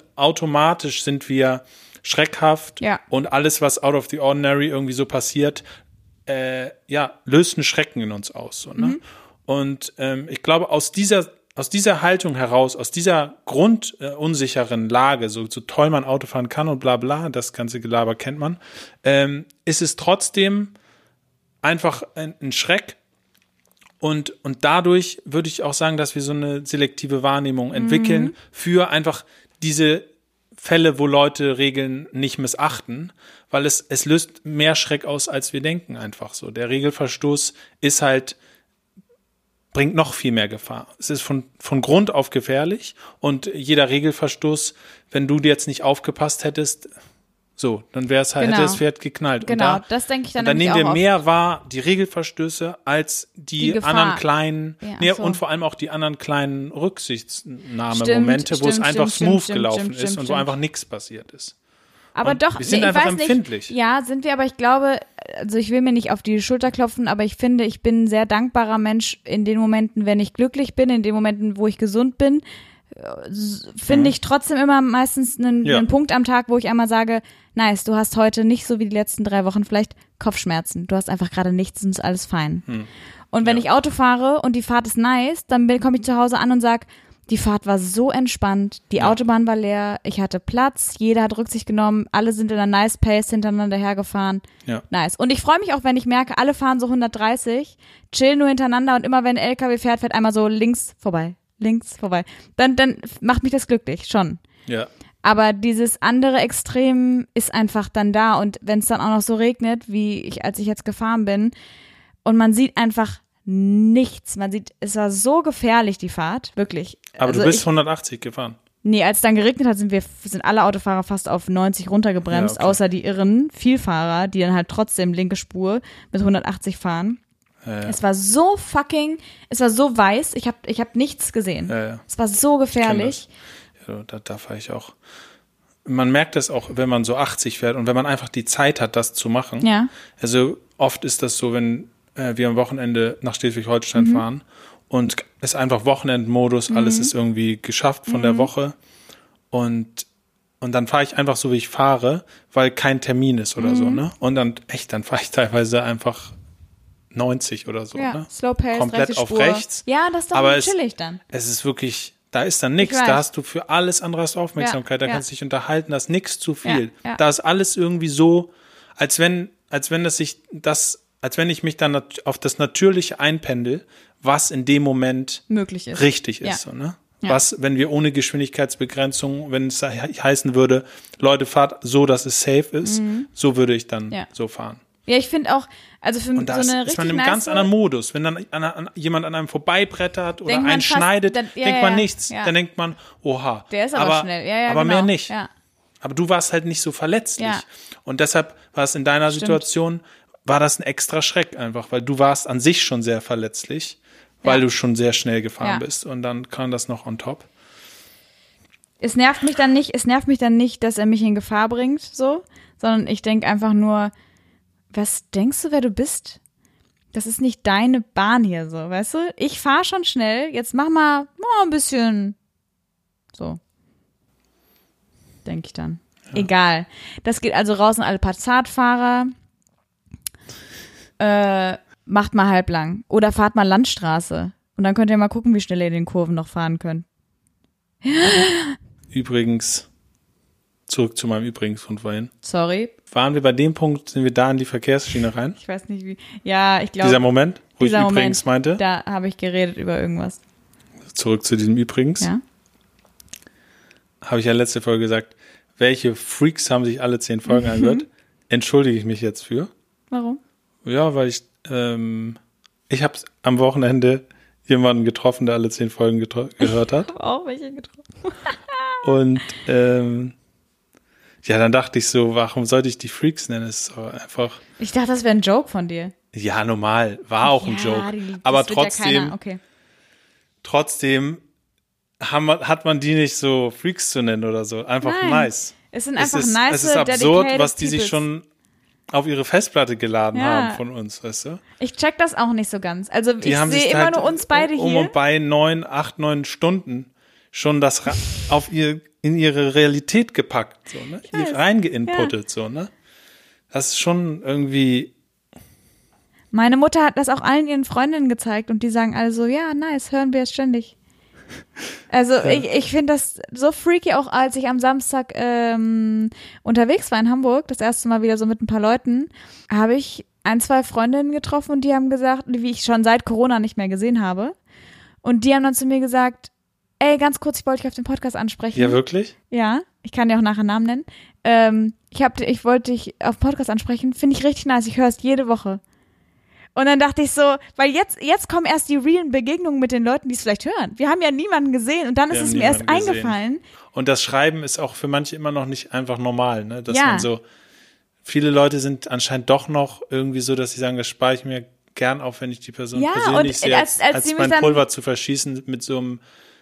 Speaker 1: schreckhaft und alles, was out of the ordinary irgendwie so passiert, löst einen Schrecken in uns aus. So, ne? Und ich glaube, aus dieser Haltung heraus, aus dieser grundunsicheren Lage, so toll man Auto fahren kann und bla bla, das ganze Gelaber kennt man, ist es trotzdem einfach ein Schreck. Und dadurch würde ich auch sagen, dass wir so eine selektive Wahrnehmung entwickeln für einfach diese Fälle, wo Leute Regeln nicht missachten, weil es löst mehr Schreck aus, als wir denken einfach so. Der Regelverstoß bringt noch viel mehr Gefahr. Es ist von Grund auf gefährlich und jeder Regelverstoß, wenn du jetzt nicht aufgepasst hättest, so, dann wäre es halt, hätte das Pferd geknallt.
Speaker 2: Genau, das denke ich dann
Speaker 1: nehmen
Speaker 2: auch
Speaker 1: wir mehr wahr, die Regelverstöße, als die anderen kleinen, und vor allem auch die anderen kleinen Rücksichtnahmemomente, wo es einfach smooth gelaufen ist und wo einfach nichts passiert ist.
Speaker 2: Aber
Speaker 1: und
Speaker 2: doch,
Speaker 1: wir sind einfach empfindlich.
Speaker 2: Ja, sind wir, aber ich glaube, also ich will mir nicht auf die Schulter klopfen, aber ich finde, ich bin ein sehr dankbarer Mensch in den Momenten, wenn ich glücklich bin, in den Momenten, wo ich gesund bin, finde ich trotzdem immer meistens einen Punkt am Tag, wo ich einmal sage, nice, du hast heute nicht so wie die letzten 3 Wochen vielleicht Kopfschmerzen. Du hast einfach gerade nichts und ist alles fein. Und wenn ich Auto fahre und die Fahrt ist nice, dann komme ich zu Hause an und sag, die Fahrt war so entspannt, die Autobahn war leer, ich hatte Platz, jeder hat Rücksicht genommen, alle sind in einer nice Pace hintereinander hergefahren. Ja. Nice. Und ich freue mich auch, wenn ich merke, alle fahren so 130, chillen nur hintereinander und immer wenn ein LKW fährt einmal so links vorbei. Dann macht mich das glücklich, schon. Ja. Aber dieses andere Extrem ist einfach dann da und wenn es dann auch noch so regnet, als ich jetzt gefahren bin und man sieht einfach nichts. Es war so gefährlich, die Fahrt, wirklich.
Speaker 1: Aber also du bist 180 gefahren.
Speaker 2: Nee, als es dann geregnet hat, sind alle Autofahrer fast auf 90 runtergebremst, außer die irren Vielfahrer, die dann halt trotzdem linke Spur mit 180 fahren. Es war so weiß, ich hab nichts gesehen.
Speaker 1: Ja.
Speaker 2: Es war so gefährlich.
Speaker 1: Ja, da fahre ich auch. Man merkt das auch, wenn man so 80 fährt und wenn man einfach die Zeit hat, das zu machen.
Speaker 2: Ja.
Speaker 1: Also oft ist das so, wenn wir am Wochenende nach Schleswig-Holstein fahren und es ist einfach Wochenendmodus, alles ist irgendwie geschafft von der Woche und dann fahre ich einfach so, wie ich fahre, weil kein Termin ist oder so, ne? Und dann fahre ich teilweise einfach 90 oder so,
Speaker 2: Ja,
Speaker 1: ne?
Speaker 2: Slow Pace,
Speaker 1: Komplett auf
Speaker 2: Spur.
Speaker 1: rechts.
Speaker 2: Ja, das ist doch
Speaker 1: Aber
Speaker 2: chillig dann.
Speaker 1: Es ist wirklich, da ist dann nichts.
Speaker 2: Ich weiß.
Speaker 1: Da hast du für alles andere hast du Aufmerksamkeit. Da
Speaker 2: Ja.
Speaker 1: kannst du dich unterhalten. Da ist nichts zu viel.
Speaker 2: Ja.
Speaker 1: Da ist alles irgendwie so, als wenn ich mich dann auf das Natürliche einpendel, was in dem Moment
Speaker 2: Möglich ist.
Speaker 1: richtig ist.
Speaker 2: Ja.
Speaker 1: So, ne?
Speaker 2: Ja.
Speaker 1: Was, wenn wir ohne Geschwindigkeitsbegrenzung, wenn es heißen würde, Leute, fahrt so, dass es safe ist, so würde ich dann so fahren.
Speaker 2: Ja, ich finde auch, also für
Speaker 1: Und da
Speaker 2: so eine
Speaker 1: ist
Speaker 2: richtig
Speaker 1: man in einem ganz anderen Modus. Wenn dann jemand an einem vorbeibrettert oder
Speaker 2: Denkt man
Speaker 1: einen
Speaker 2: fast,
Speaker 1: schneidet,
Speaker 2: dann- ja,
Speaker 1: denkt man
Speaker 2: ja,
Speaker 1: nichts.
Speaker 2: ja.
Speaker 1: Dann denkt man, oha.
Speaker 2: Der ist aber schnell. Ja,
Speaker 1: aber
Speaker 2: genau.
Speaker 1: mehr nicht.
Speaker 2: Ja.
Speaker 1: Aber du warst halt nicht so verletzlich.
Speaker 2: Ja.
Speaker 1: Und deshalb war es in deiner Situation, war das ein extra Schreck einfach, weil du warst an sich schon sehr verletzlich, weil du schon sehr schnell gefahren bist. Und dann kam das noch on top.
Speaker 2: Es nervt mich dann nicht, dass er mich in Gefahr bringt, so, sondern ich denke einfach nur, was denkst du, wer du bist? Das ist nicht deine Bahn hier, so, weißt du? Ich fahre schon schnell, jetzt mach mal ein bisschen so. Denke ich dann. Ja. Egal. Das geht also raus an alle Passatfahrer. Macht mal halblang. Oder fahrt mal Landstraße. Und dann könnt ihr mal gucken, wie schnell ihr in den Kurven noch fahren könnt.
Speaker 1: Übrigens, zurück zu meinem Übrigens von vorhin.
Speaker 2: Sorry.
Speaker 1: Waren wir bei dem Punkt, sind wir da in die Verkehrsschiene rein?
Speaker 2: Ich weiß nicht wie. Ja, ich glaube.
Speaker 1: Dieser Moment, wo ich übrigens meinte?
Speaker 2: Da habe ich geredet über irgendwas.
Speaker 1: Zurück zu diesem Übrigens.
Speaker 2: Ja.
Speaker 1: Habe ich ja letzte Folge gesagt, welche Freaks haben sich alle 10 Folgen angehört? Entschuldige ich mich jetzt für.
Speaker 2: Warum?
Speaker 1: Ja, weil ich habe am Wochenende jemanden getroffen, der alle 10 Folgen gehört hat.
Speaker 2: Ich habe auch welche getroffen.
Speaker 1: Und ja, dann dachte ich so, warum sollte ich die Freaks nennen? Es ist so einfach.
Speaker 2: Ich dachte, das wäre ein Joke von dir.
Speaker 1: Ja, normal. War auch ein Joke. Aber trotzdem, trotzdem hat man die nicht so Freaks zu nennen oder so. Einfach
Speaker 2: Nein.
Speaker 1: nice.
Speaker 2: Es sind einfach nice.
Speaker 1: Es ist absurd,
Speaker 2: dedicated
Speaker 1: was die sich schon auf ihre Festplatte geladen
Speaker 2: Ja.
Speaker 1: haben von uns, weißt du?
Speaker 2: Ich check das auch nicht so ganz. Also
Speaker 1: Die
Speaker 2: ich
Speaker 1: haben
Speaker 2: sehe
Speaker 1: sich
Speaker 2: immer
Speaker 1: halt
Speaker 2: nur uns beide hier.
Speaker 1: und bei 9 Stunden schon das in ihre Realität gepackt, so, ne?
Speaker 2: weiß.
Speaker 1: Reingeinputtet, so, ne? Das ist schon irgendwie.
Speaker 2: Meine Mutter hat das auch allen ihren Freundinnen gezeigt und die sagen alle so, ja, nice, hören wir es ständig. Also
Speaker 1: Ja.
Speaker 2: ich finde das so freaky, auch als ich am Samstag unterwegs war in Hamburg, das erste Mal wieder so mit ein paar Leuten, habe ich 2 Freundinnen getroffen und die haben gesagt, wie ich schon seit Corona nicht mehr gesehen habe. Und die haben dann zu mir gesagt, ey, ganz kurz, ich wollte dich auf den Podcast ansprechen.
Speaker 1: Ja, wirklich?
Speaker 2: Ja, ich kann dir auch nachher Namen nennen. Ich wollte dich auf Podcast ansprechen, finde ich richtig nice, ich höre es jede Woche. Und dann dachte ich so, weil jetzt kommen erst die realen Begegnungen mit den Leuten, die es vielleicht hören. Wir haben ja niemanden gesehen und dann ist es mir erst eingefallen.
Speaker 1: Und das Schreiben ist auch für manche immer noch nicht einfach normal, ne? Dass
Speaker 2: Ja.
Speaker 1: man so, viele Leute sind anscheinend doch noch irgendwie so, dass sie sagen, das spare ich mir gern auf, wenn ich die Person
Speaker 2: Ja,
Speaker 1: persönlich
Speaker 2: und
Speaker 1: sehe,
Speaker 2: als sie mich
Speaker 1: mein
Speaker 2: dann-
Speaker 1: Pulver zu verschießen mit so einem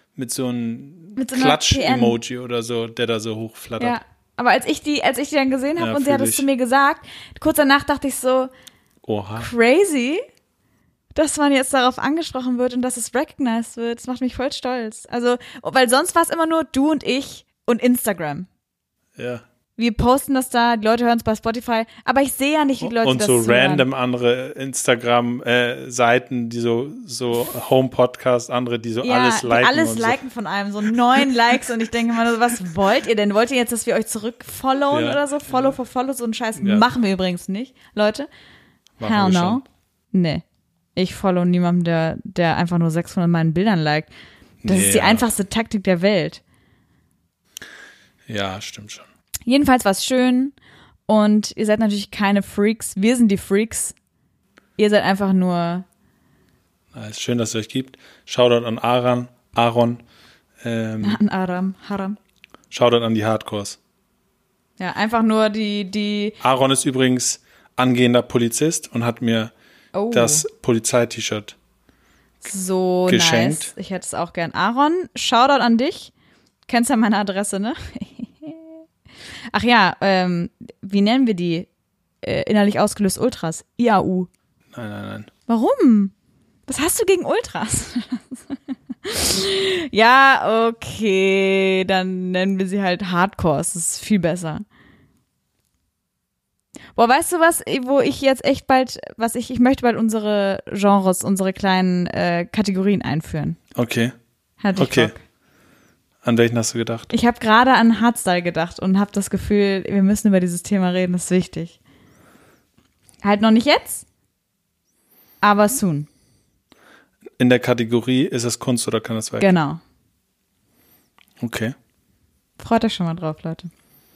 Speaker 2: einer
Speaker 1: Klatsch-Emoji oder so, der da so hochflattert.
Speaker 2: Ja, aber als ich die dann gesehen habe
Speaker 1: Ja,
Speaker 2: und sie hat
Speaker 1: fühl
Speaker 2: es
Speaker 1: ich.
Speaker 2: zu mir gesagt, kurz danach dachte ich so,
Speaker 1: Oha.
Speaker 2: crazy, dass man jetzt darauf angesprochen wird und dass es recognized wird. Das macht mich voll stolz. Also, weil sonst war es immer nur du und ich und Instagram.
Speaker 1: Ja.
Speaker 2: Wir posten das da, die Leute hören es bei Spotify, aber ich sehe ja nicht, wie die Leute
Speaker 1: Und
Speaker 2: das
Speaker 1: so
Speaker 2: hören.
Speaker 1: random andere Instagram-Seiten, die so Home-Podcast, andere, die so
Speaker 2: Ja,
Speaker 1: alles
Speaker 2: die
Speaker 1: liken.
Speaker 2: alles
Speaker 1: und
Speaker 2: liken von einem, so 9 Likes und ich denke mal so, was wollt ihr denn? Wollt ihr jetzt, dass wir euch zurückfollowen
Speaker 1: Ja.
Speaker 2: oder so? Follow for Follow, so einen Scheiß
Speaker 1: Ja.
Speaker 2: machen wir übrigens nicht, Leute.
Speaker 1: Machen
Speaker 2: Hell
Speaker 1: wir
Speaker 2: no.
Speaker 1: schon.
Speaker 2: Nee. Ich follow niemanden, der einfach nur 6 von meinen Bildern liked. Das ist die
Speaker 1: Ja.
Speaker 2: einfachste Taktik der Welt.
Speaker 1: Ja, stimmt schon.
Speaker 2: Jedenfalls war es schön und ihr seid natürlich keine Freaks. Wir sind die Freaks. Ihr seid einfach nur
Speaker 1: Ja, ist schön, dass es euch gibt. Shoutout an Aaron.
Speaker 2: an Haram.
Speaker 1: Shoutout an die Hardcores.
Speaker 2: Ja, einfach nur die
Speaker 1: Aaron ist übrigens angehender Polizist und hat mir
Speaker 2: Oh.
Speaker 1: das Polizei-T-Shirt
Speaker 2: So
Speaker 1: geschenkt.
Speaker 2: nice. Ich hätte es auch gern. Aaron, Shoutout an dich. Kennst ja meine Adresse, ne? Ach ja, wie nennen wir die? Innerlich ausgelöst Ultras. IAU.
Speaker 1: Nein.
Speaker 2: Warum? Was hast du gegen Ultras? Ja, okay, dann nennen wir sie halt Hardcore. Das ist viel besser. Boah, weißt du was, wo ich jetzt echt bald, ich möchte bald unsere Genres, unsere kleinen Kategorien einführen.
Speaker 1: Okay.
Speaker 2: Hatte ich
Speaker 1: Okay.
Speaker 2: Bock.
Speaker 1: An welchen hast du gedacht?
Speaker 2: Ich habe gerade an Hardstyle gedacht und habe das Gefühl, wir müssen über dieses Thema reden, das ist wichtig. Halt noch nicht jetzt, aber soon.
Speaker 1: In der Kategorie, ist es Kunst oder kann es weg?
Speaker 2: Genau.
Speaker 1: Okay.
Speaker 2: Freut euch schon mal drauf, Leute.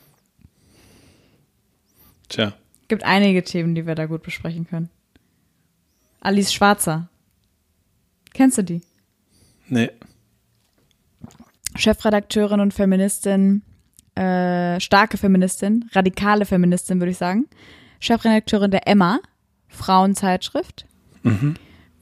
Speaker 1: Tja.
Speaker 2: Gibt einige Themen, die wir da gut besprechen können. Alice Schwarzer. Kennst du die?
Speaker 1: Nee.
Speaker 2: Chefredakteurin und Feministin, starke Feministin, radikale Feministin, würde ich sagen. Chefredakteurin der Emma, Frauenzeitschrift.
Speaker 1: Mhm.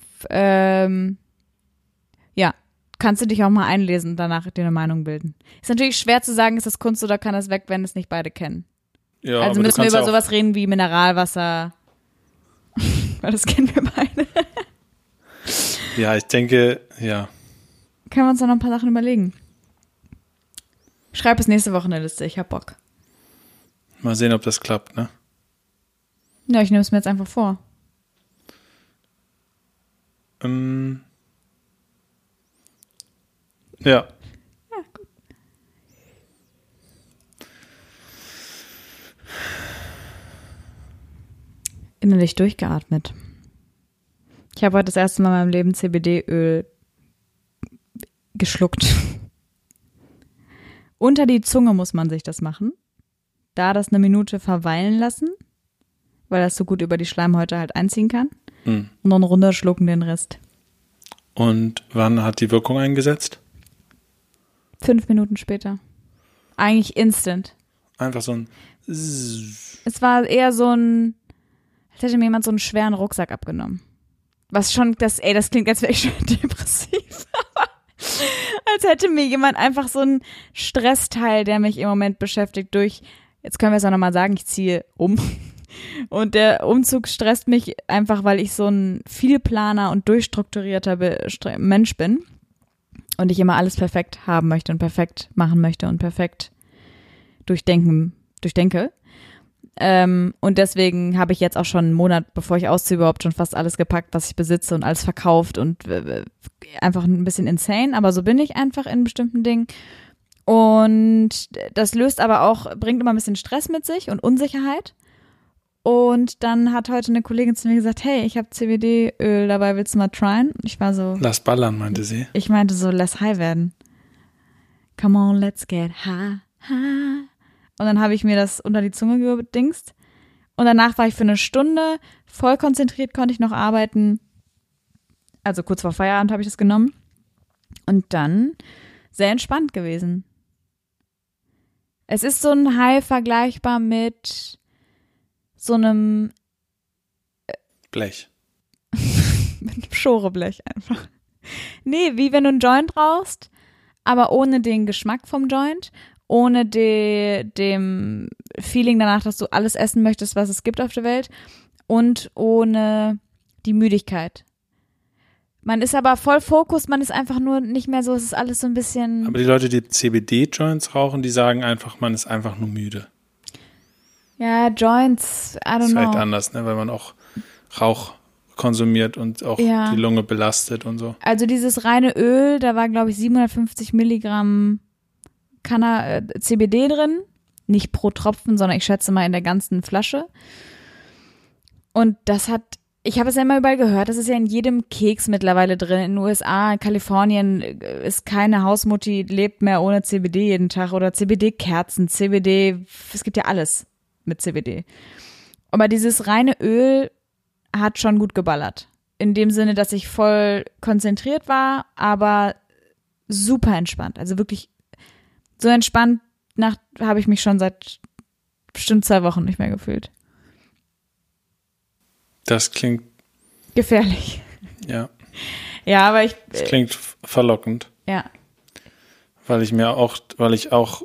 Speaker 2: Ja, kannst du dich auch mal einlesen, danach dir eine Meinung bilden. Ist natürlich schwer zu sagen, ist das Kunst oder kann das weg, wenn es nicht beide kennen.
Speaker 1: Ja,
Speaker 2: Also
Speaker 1: aber
Speaker 2: müssen wir
Speaker 1: du kannst
Speaker 2: über
Speaker 1: ja
Speaker 2: sowas reden wie Mineralwasser, weil das kennen wir beide.
Speaker 1: Ja, ich denke, ja.
Speaker 2: Können wir uns da noch ein paar Sachen überlegen. Schreib es nächste Woche in der Liste, ich hab Bock.
Speaker 1: Mal sehen, ob das klappt, ne?
Speaker 2: Ja, ich nehme es mir jetzt einfach vor.
Speaker 1: Ja.
Speaker 2: Innerlich durchgeatmet. Ich habe heute das erste Mal in meinem Leben CBD-Öl geschluckt. Unter die Zunge muss man sich das machen. Da das eine Minute verweilen lassen, weil das so gut über die Schleimhäute halt einziehen kann.
Speaker 1: Mhm.
Speaker 2: Und dann runterschlucken den Rest.
Speaker 1: Und wann hat die Wirkung eingesetzt?
Speaker 2: 5 Minuten später. Eigentlich instant.
Speaker 1: Einfach so ein
Speaker 2: Es war eher so ein, als hätte mir jemand so einen schweren Rucksack abgenommen. Was schon, das klingt, als wäre ich schon depressiv. Als hätte mir jemand einfach so einen Stressteil, der mich im Moment beschäftigt, jetzt können wir es auch nochmal sagen, ich ziehe um. Und der Umzug stresst mich einfach, weil ich so ein Vielplaner und durchstrukturierter Mensch bin. Und ich immer alles perfekt haben möchte und perfekt machen möchte und perfekt durchdenke. Und deswegen habe ich jetzt auch schon einen Monat, bevor ich ausziehe, überhaupt schon fast alles gepackt, was ich besitze und alles verkauft und einfach ein bisschen insane, aber so bin ich einfach in bestimmten Dingen. Und das bringt immer ein bisschen Stress mit sich und Unsicherheit. Und dann hat heute eine Kollegin zu mir gesagt, hey, ich habe CBD-Öl dabei, willst du mal tryen? Ich war so.
Speaker 1: Lass ballern, meinte sie.
Speaker 2: Ich meinte so, let's high werden. Come on, let's get high, high. Und dann habe ich mir das unter die Zunge gedingst. Und danach war ich für eine Stunde voll konzentriert, konnte ich noch arbeiten. Also kurz vor Feierabend habe ich das genommen. Und dann sehr entspannt gewesen. Es ist so ein High vergleichbar mit so einem
Speaker 1: Blech.
Speaker 2: mit einem Schoreblech einfach. Nee, wie wenn du einen Joint rauchst, aber ohne den Geschmack vom Joint, ohne dem Feeling danach, dass du alles essen möchtest, was es gibt auf der Welt und ohne die Müdigkeit. Man ist aber voll Fokus, man ist einfach nur nicht mehr so, es ist alles so ein bisschen.
Speaker 1: Aber die Leute, die CBD-Joints rauchen, die sagen einfach, man ist einfach nur müde.
Speaker 2: Ja, Joints, I don't
Speaker 1: Das ist
Speaker 2: know.
Speaker 1: vielleicht anders, ne, weil man auch Rauch konsumiert und auch die Lunge belastet und so.
Speaker 2: Also dieses reine Öl, da war, glaube ich, 750 Milligramm CBD drin. Nicht pro Tropfen, sondern ich schätze mal in der ganzen Flasche. Und ich habe es ja immer überall gehört, das ist ja in jedem Keks mittlerweile drin. In den USA, in Kalifornien ist keine Hausmutti, lebt mehr ohne CBD jeden Tag oder CBD-Kerzen, CBD, es gibt ja alles mit CBD. Aber dieses reine Öl hat schon gut geballert. In dem Sinne, dass ich voll konzentriert war, aber super entspannt. Also wirklich so entspannt habe ich mich schon seit bestimmt 2 Wochen nicht mehr gefühlt.
Speaker 1: Das klingt
Speaker 2: Gefährlich.
Speaker 1: Ja.
Speaker 2: Ja, aber
Speaker 1: Das klingt verlockend.
Speaker 2: Ja.
Speaker 1: Weil ich auch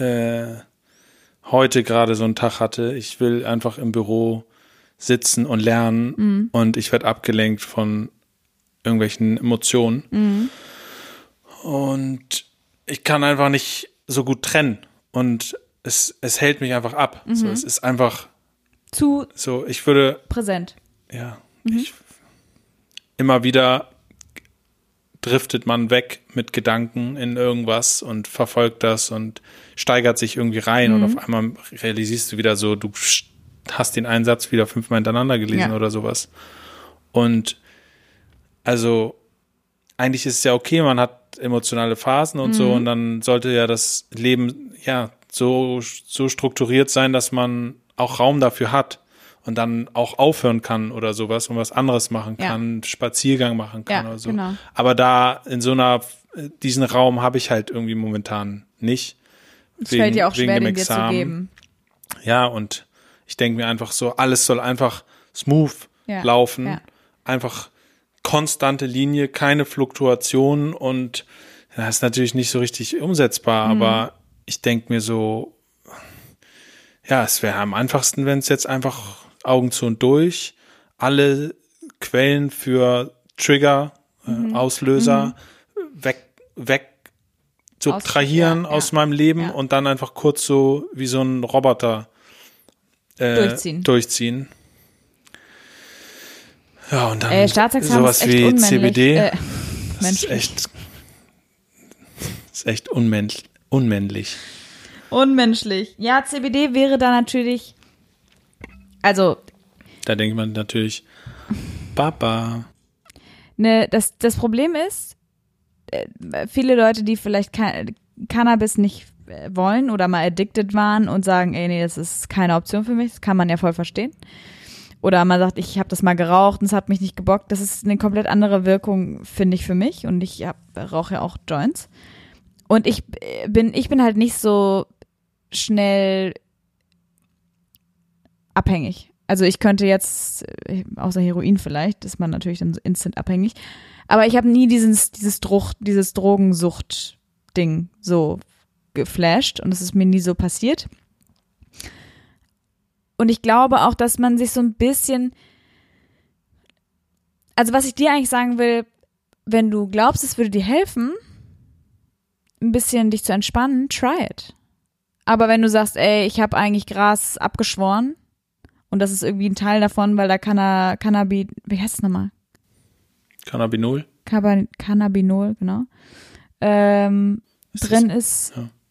Speaker 1: heute gerade so einen Tag hatte. Ich will einfach im Büro sitzen und lernen und ich werde abgelenkt von irgendwelchen Emotionen. Und ich kann einfach nicht so gut trennen und es hält mich einfach ab. So, es ist einfach
Speaker 2: zu
Speaker 1: so, ich würde
Speaker 2: präsent.
Speaker 1: ja, immer wieder driftet man weg mit Gedanken in irgendwas und verfolgt das und steigert sich irgendwie rein und auf einmal realisierst du wieder so, du hast den einen Satz wieder 5-mal hintereinander gelesen oder sowas. Und also eigentlich ist es ja okay, man hat emotionale Phasen und so und dann sollte ja das Leben ja so strukturiert sein, dass man auch Raum dafür hat und dann auch aufhören kann oder sowas und was anderes machen kann, Spaziergang machen kann oder so.
Speaker 2: Genau.
Speaker 1: Aber da in diesen Raum habe ich halt irgendwie momentan nicht.
Speaker 2: Es fällt dir auch schwer, den dir zu
Speaker 1: Examen.
Speaker 2: geben.
Speaker 1: Ja, und ich denke mir einfach so, alles soll einfach smooth laufen.
Speaker 2: Ja.
Speaker 1: Einfach konstante Linie, keine Fluktuation und das ist natürlich nicht so richtig umsetzbar, aber ich denke mir so, ja, es wäre am einfachsten, wenn es jetzt einfach Augen zu und durch, alle Quellen für Trigger, Auslöser weg subtrahieren aus meinem Leben und dann einfach kurz so wie so ein Roboter durchziehen. Ja, und dann
Speaker 2: Staatsexamen
Speaker 1: sowas
Speaker 2: ist echt
Speaker 1: wie
Speaker 2: unmännlich.
Speaker 1: CBD.
Speaker 2: Menschlich.
Speaker 1: Ist echt unmännlich.
Speaker 2: Unmenschlich. Ja, CBD wäre da natürlich, also
Speaker 1: Da denkt man natürlich, Papa.
Speaker 2: das Problem ist, viele Leute, die vielleicht Cannabis nicht wollen oder mal addicted waren und sagen, ey, nee, das ist keine Option für mich, das kann man ja voll verstehen. Oder man sagt, ich habe das mal geraucht und es hat mich nicht gebockt. Das ist eine komplett andere Wirkung, finde ich, für mich. Und ich rauche ja auch Joints. Und ich bin halt nicht so schnell abhängig. Also ich könnte jetzt, außer Heroin vielleicht, ist man natürlich dann so instant abhängig. Aber ich habe nie dieses Drogensucht-Ding so geflasht und es ist mir nie so passiert. Und ich glaube auch, dass man sich so ein bisschen, also was ich dir eigentlich sagen will, wenn du glaubst, es würde dir helfen, ein bisschen dich zu entspannen, try it. Aber wenn du sagst, ey, ich habe eigentlich Gras abgeschworen und das ist irgendwie ein Teil davon, weil da wie heißt es nochmal?
Speaker 1: Cannabinol?
Speaker 2: Cannabinol, genau. Drin ist,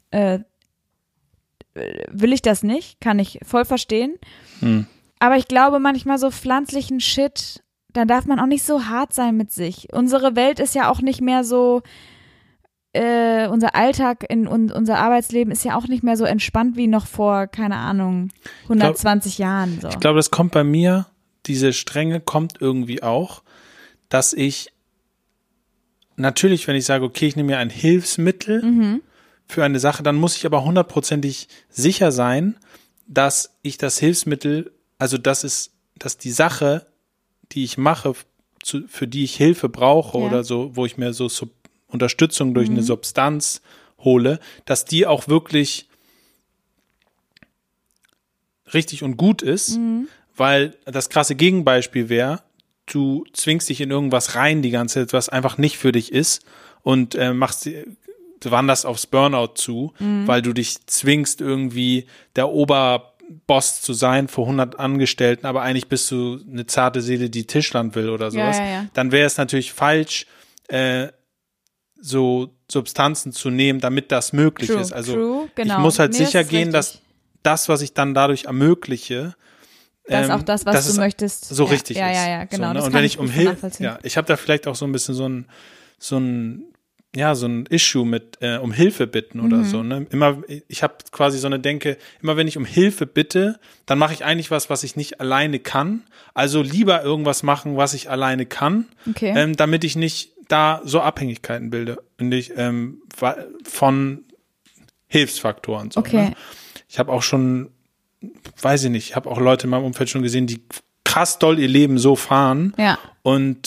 Speaker 2: will ich das nicht, kann ich voll verstehen. Aber ich glaube manchmal so pflanzlichen Shit, da darf man auch nicht so hart sein mit sich. Unsere Welt ist ja auch nicht mehr so, unser Alltag und unser Arbeitsleben ist ja auch nicht mehr so entspannt wie noch vor, keine Ahnung, 120 Jahren. So.
Speaker 1: Ich glaube, das kommt bei mir, diese Strenge kommt irgendwie auch, dass ich natürlich, wenn ich sage, okay, ich nehme mir ein Hilfsmittel für eine Sache, dann muss ich aber 100%ig sicher sein, dass ich das Hilfsmittel, also dass die Sache, die ich mache, für die ich Hilfe brauche oder so, wo ich mir so Unterstützung durch eine Substanz hole, dass die auch wirklich richtig und gut ist, weil das krasse Gegenbeispiel wäre, du zwingst dich in irgendwas rein die ganze Zeit, was einfach nicht für dich ist und wanderst aufs Burnout zu, weil du dich zwingst, irgendwie der Oberboss zu sein vor 100 Angestellten, aber eigentlich bist du eine zarte Seele, die Tischland will oder sowas.
Speaker 2: Ja. Dann
Speaker 1: wäre es natürlich falsch, so Substanzen zu nehmen, damit das möglich ist. Also
Speaker 2: genau.
Speaker 1: Ich muss halt sicher gehen, dass das, was ich dann dadurch ermögliche,
Speaker 2: dass auch das, was du möchtest,
Speaker 1: so richtig ist.
Speaker 2: Ja, genau.
Speaker 1: So, ne?
Speaker 2: Das
Speaker 1: und
Speaker 2: kann
Speaker 1: wenn
Speaker 2: ich
Speaker 1: ich ich habe da vielleicht auch so ein bisschen so ein Issue mit um Hilfe bitten oder so. Ne? Ich habe quasi so eine Denke, immer wenn ich um Hilfe bitte, dann mache ich eigentlich was ich nicht alleine kann. Also lieber irgendwas machen, was ich alleine kann, damit ich nicht da so Abhängigkeiten bilde von Hilfsfaktoren. So,
Speaker 2: okay.
Speaker 1: Ne? Ich habe auch schon, weiß ich nicht, ich habe auch Leute in meinem Umfeld schon gesehen, die krass doll ihr Leben so fahren.
Speaker 2: Ja.
Speaker 1: Und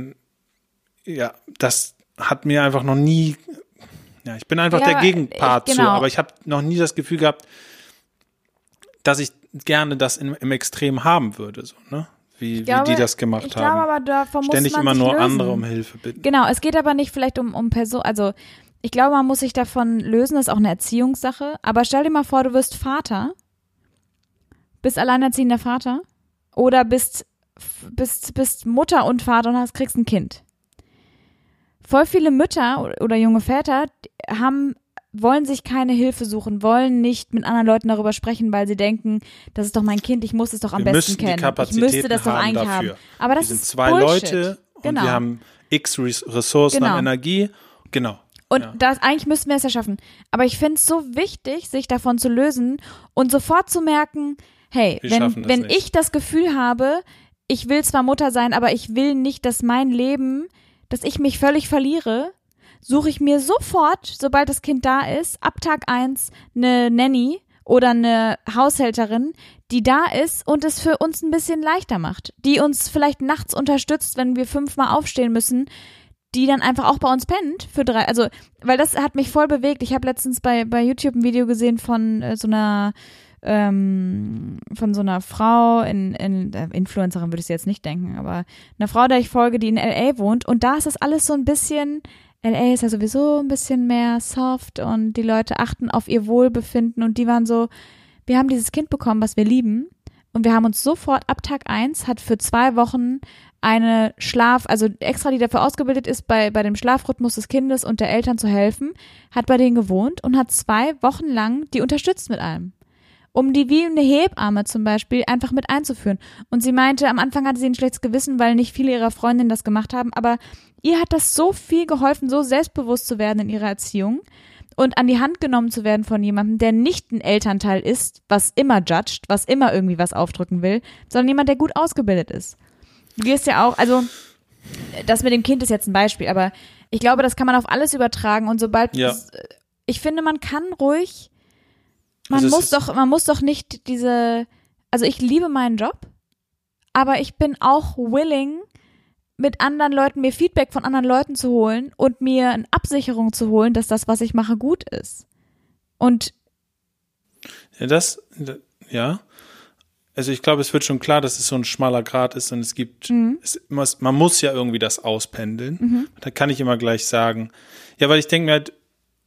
Speaker 1: das hat mir einfach noch nie, ich bin einfach der Gegenpart
Speaker 2: genau.
Speaker 1: zu, aber ich habe noch nie das Gefühl gehabt, dass ich gerne das im Extrem haben würde, so, ne? Wie die das gemacht haben. Ich glaube
Speaker 2: aber, davon
Speaker 1: ständig
Speaker 2: muss man
Speaker 1: immer
Speaker 2: sich
Speaker 1: nur
Speaker 2: lösen.
Speaker 1: andere um Hilfe bitten.
Speaker 2: Genau, es geht aber nicht vielleicht um Person, also ich glaube, man muss sich davon lösen, das ist auch eine Erziehungssache, aber stell dir mal vor, du wirst Vater, bist alleinerziehender Vater oder bist Mutter und Vater und kriegst ein Kind. Voll viele Mütter oder junge Väter wollen sich keine Hilfe suchen, wollen nicht mit anderen Leuten darüber sprechen, weil sie denken, das ist doch mein Kind, ich muss es doch am besten kennen. Ich müsste das doch eigentlich haben. Aber das ist
Speaker 1: zwei
Speaker 2: Bullshit.
Speaker 1: Leute und wir haben x Ressourcen an Energie. Genau.
Speaker 2: Und eigentlich müssten wir es ja schaffen. Aber ich finde es so wichtig, sich davon zu lösen und sofort zu merken, hey, wenn ich das Gefühl habe, ich will zwar Mutter sein, aber ich will nicht, dass mein Leben, dass ich mich völlig verliere, suche ich mir sofort, sobald das Kind da ist, ab Tag 1 eine Nanny oder eine Haushälterin, die da ist und es für uns ein bisschen leichter macht, die uns vielleicht nachts unterstützt, wenn wir 5-mal aufstehen müssen, die dann einfach auch bei uns pennt für 3, also, weil das hat mich voll bewegt. Ich habe letztens bei YouTube ein Video gesehen von so einer Frau, Influencerin würde ich sie jetzt nicht denken, aber eine Frau, der ich folge, die in LA wohnt und da ist das alles so ein bisschen, LA ist ja sowieso ein bisschen mehr soft und die Leute achten auf ihr Wohlbefinden und die waren so, wir haben dieses Kind bekommen, was wir lieben und wir haben uns sofort ab Tag 1 hat für 2 Wochen eine also extra, die dafür ausgebildet ist, bei dem Schlafrhythmus des Kindes und der Eltern zu helfen, hat bei denen gewohnt und hat 2 Wochen lang die unterstützt mit allem. Um die wie eine Hebamme zum Beispiel einfach mit einzuführen. Und sie meinte, am Anfang hatte sie ein schlechtes Gewissen, weil nicht viele ihrer Freundinnen das gemacht haben, aber ihr hat das so viel geholfen, so selbstbewusst zu werden in ihrer Erziehung und an die Hand genommen zu werden von jemandem, der nicht ein Elternteil ist, was immer judgt, was immer irgendwie was aufdrücken will, sondern jemand, der gut ausgebildet ist. Du gehst ja auch, also das mit dem Kind ist jetzt ein Beispiel, aber ich glaube, das kann man auf alles übertragen und sobald, ich finde, man kann ruhig, man muss doch nicht also ich liebe meinen Job, aber ich bin auch willing, mit anderen Leuten, mir Feedback von anderen Leuten zu holen und mir eine Absicherung zu holen, dass das, was ich mache, gut ist. Und
Speaker 1: also ich glaube, es wird schon klar, dass es so ein schmaler Grat ist und es gibt, man muss ja irgendwie das auspendeln. Da kann ich immer gleich sagen, weil ich denke mir halt,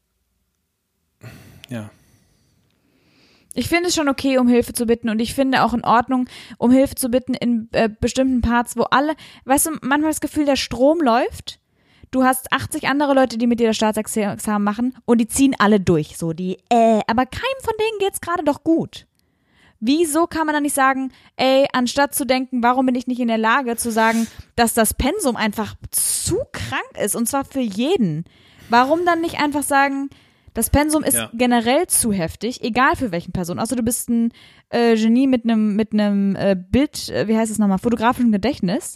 Speaker 2: ich finde es schon okay, um Hilfe zu bitten und ich finde auch in Ordnung, um Hilfe zu bitten in bestimmten Parts, wo alle, weißt du, manchmal das Gefühl, der Strom läuft, du hast 80 andere Leute, die mit dir das Staatsexamen machen und die ziehen alle durch, so aber keinem von denen geht's gerade doch gut. Wieso kann man dann nicht sagen, anstatt zu denken, warum bin ich nicht in der Lage zu sagen, dass das Pensum einfach zu krank ist und zwar für jeden. Warum dann nicht einfach sagen, das Pensum ist generell zu heftig, egal für welchen Person. Also du bist ein Genie mit einem Bild, wie heißt es nochmal, fotografischen Gedächtnis.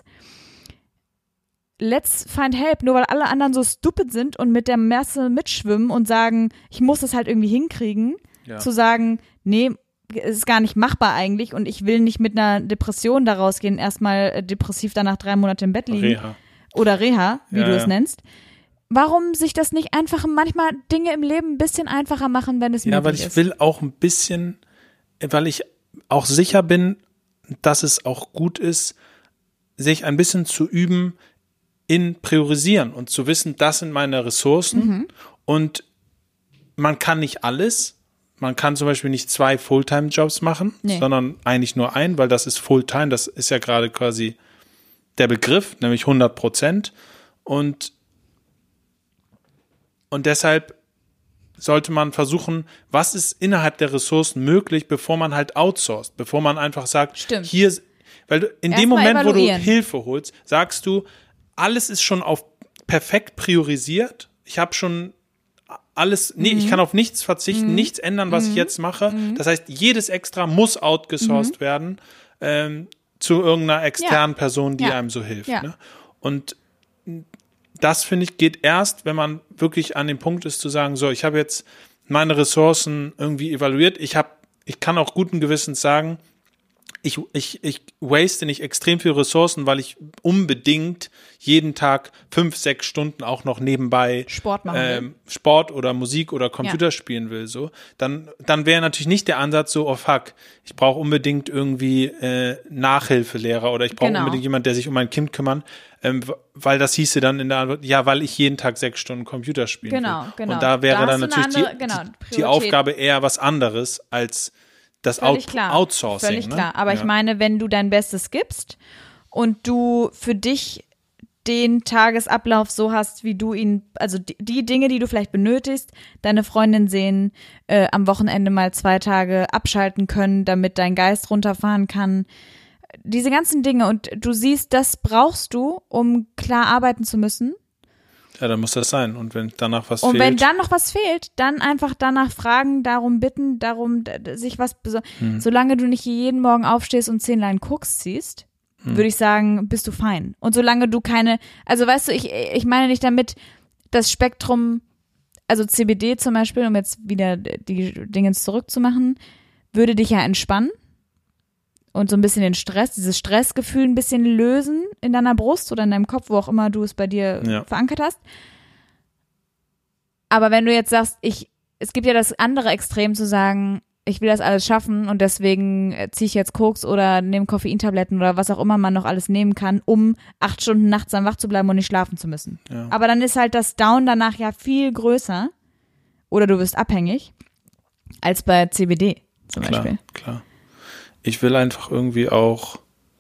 Speaker 2: Let's find help, nur weil alle anderen so stupid sind und mit der Masse mitschwimmen und sagen, ich muss das halt irgendwie hinkriegen, zu sagen, nee, es ist gar nicht machbar eigentlich und ich will nicht mit einer Depression da rausgehen, erstmal depressiv danach 3 Monate im Bett liegen.
Speaker 1: Reha.
Speaker 2: Oder Reha, wie du es nennst. Warum sich das nicht einfach manchmal Dinge im Leben ein bisschen einfacher machen, wenn es möglich ist?
Speaker 1: Ja, weil ich will auch ein bisschen, weil ich auch sicher bin, dass es auch gut ist, sich ein bisschen zu üben in Priorisieren und zu wissen, das sind meine Ressourcen und man kann nicht alles. Man kann zum Beispiel nicht 2 Fulltime-Jobs machen, sondern eigentlich nur einen, weil das ist Fulltime, das ist ja gerade quasi der Begriff, nämlich 100%. Und deshalb sollte man versuchen, was ist innerhalb der Ressourcen möglich, bevor man halt outsourced, bevor man einfach sagt, hier, weil du in dem Moment, wo du Hilfe holst, sagst du, alles ist schon auf perfekt priorisiert. Ich habe schon alles, ich kann auf nichts verzichten, nichts ändern, was ich jetzt mache. Das heißt, jedes Extra muss outgesourced werden zu irgendeiner externen Person, die einem so hilft. Ne? Und das, finde ich, geht erst, wenn man wirklich an dem Punkt ist, zu sagen, so, ich habe jetzt meine Ressourcen irgendwie evaluiert. Ich kann auch guten Gewissens sagen, ich waste nicht extrem viel Ressourcen, weil ich unbedingt jeden Tag 5, 6 Stunden auch noch nebenbei
Speaker 2: Sport machen will.
Speaker 1: Sport oder Musik oder Computer spielen will, so, dann wäre natürlich nicht der Ansatz so, oh fuck, ich brauche unbedingt irgendwie Nachhilfelehrer oder ich brauche unbedingt jemand, der sich um mein Kind kümmert, weil das hieße dann in der Antwort, ja, weil ich jeden Tag 6 Stunden Computer spielen will.
Speaker 2: Genau.
Speaker 1: Und da wäre dann natürlich die
Speaker 2: Priorität.
Speaker 1: Aufgabe eher was anderes als das Outsourcing.
Speaker 2: Völlig
Speaker 1: ne?
Speaker 2: klar. Aber ich meine, wenn du dein Bestes gibst und du für dich den Tagesablauf so hast, wie du ihn, also die Dinge, die du vielleicht benötigst, deine Freundin sehen, am Wochenende mal 2 Tage abschalten können, damit dein Geist runterfahren kann. Diese ganzen Dinge und du siehst, das brauchst du, um klar arbeiten zu müssen.
Speaker 1: Ja, dann muss das sein. Und wenn danach was
Speaker 2: fehlt. Und wenn
Speaker 1: fehlt,
Speaker 2: dann noch was fehlt, dann einfach danach fragen, darum bitten, darum sich was Solange du nicht jeden Morgen aufstehst und 10 Line Koks ziehst, würde ich sagen, bist du fein. Und solange du also weißt du, ich meine nicht damit das Spektrum, also CBD zum Beispiel, um jetzt wieder die Dinge zurückzumachen, würde dich ja entspannen und so ein bisschen dieses Stressgefühl ein bisschen lösen in deiner Brust oder in deinem Kopf, wo auch immer du es bei dir verankert hast. Aber wenn du jetzt sagst, es gibt ja das andere Extrem zu sagen, ich will das alles schaffen und deswegen ziehe ich jetzt Koks oder nehme Koffeintabletten oder was auch immer man noch alles nehmen kann, um 8 Stunden nachts dann wach zu bleiben und nicht schlafen zu müssen. Ja. Aber dann ist halt das Down danach ja viel größer oder du wirst abhängig als bei CBD zum Beispiel.
Speaker 1: Klar. Ich will einfach irgendwie auch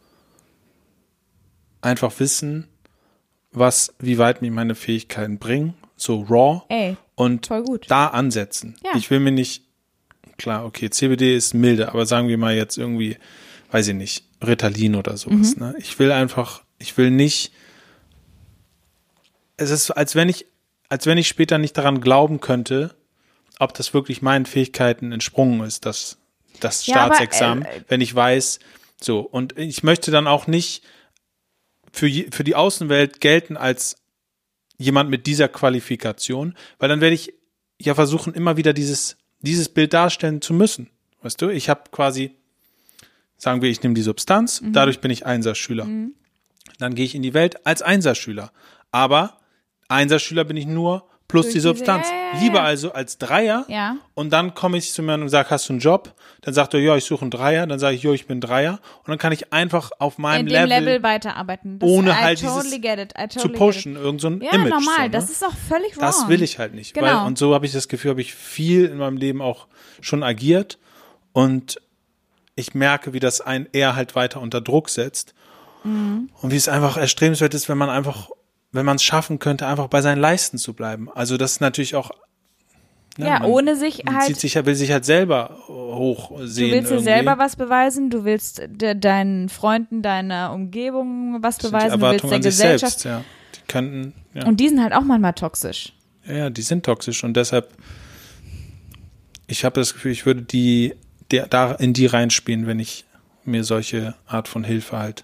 Speaker 1: wissen, wie weit mich meine Fähigkeiten bringen, so raw und da ansetzen. Ja. Ich will mir nicht, klar, okay, CBD ist milde, aber sagen wir mal jetzt irgendwie, weiß ich nicht, Ritalin oder sowas. Ne? Ich will nicht, es ist, als wenn ich später nicht daran glauben könnte, ob das wirklich meinen Fähigkeiten entsprungen ist, das Staatsexamen, wenn ich weiß, so. Und ich möchte dann auch nicht für die Außenwelt gelten als jemand mit dieser Qualifikation, weil dann werde ich ja versuchen, immer wieder dieses Bild darstellen zu müssen. Weißt du, ich habe quasi, sagen wir, ich nehme die Substanz, dadurch bin ich Einserschüler. Dann gehe ich in die Welt als Einserschüler. Aber Einserschüler bin ich nur plus die Substanz. Lieber also als Dreier und dann komme ich zu mir und sage, hast du einen Job? Dann sagt er, ja, ich suche einen Dreier. Dann sage ich, jo, ich bin Dreier. Und dann kann ich einfach auf meinem
Speaker 2: Level weiterarbeiten.
Speaker 1: Ohne halt zu pushen, irgend so ein Image. Ja,
Speaker 2: normal,
Speaker 1: so, ne?
Speaker 2: Das ist auch völlig wrong.
Speaker 1: Das will ich halt nicht.
Speaker 2: Genau.
Speaker 1: Und so habe ich das Gefühl, habe ich viel in meinem Leben auch schon agiert und ich merke, wie das einen eher halt weiter unter Druck setzt und wie es einfach erstrebenswert ist, wenn man es schaffen könnte, einfach bei seinen Leisten zu bleiben. Also das ist natürlich auch
Speaker 2: ohne sich halt.
Speaker 1: Will sich halt selber hochsehen.
Speaker 2: Du willst dir selber was beweisen, du willst deinen Freunden, deiner Umgebung was beweisen, du willst der Gesellschaft.
Speaker 1: Selbst, die könnten,
Speaker 2: Und die sind halt auch manchmal toxisch.
Speaker 1: Ja, die sind toxisch und deshalb, ich habe das Gefühl, ich würde da in die reinspielen, wenn ich mir solche Art von Hilfe halt,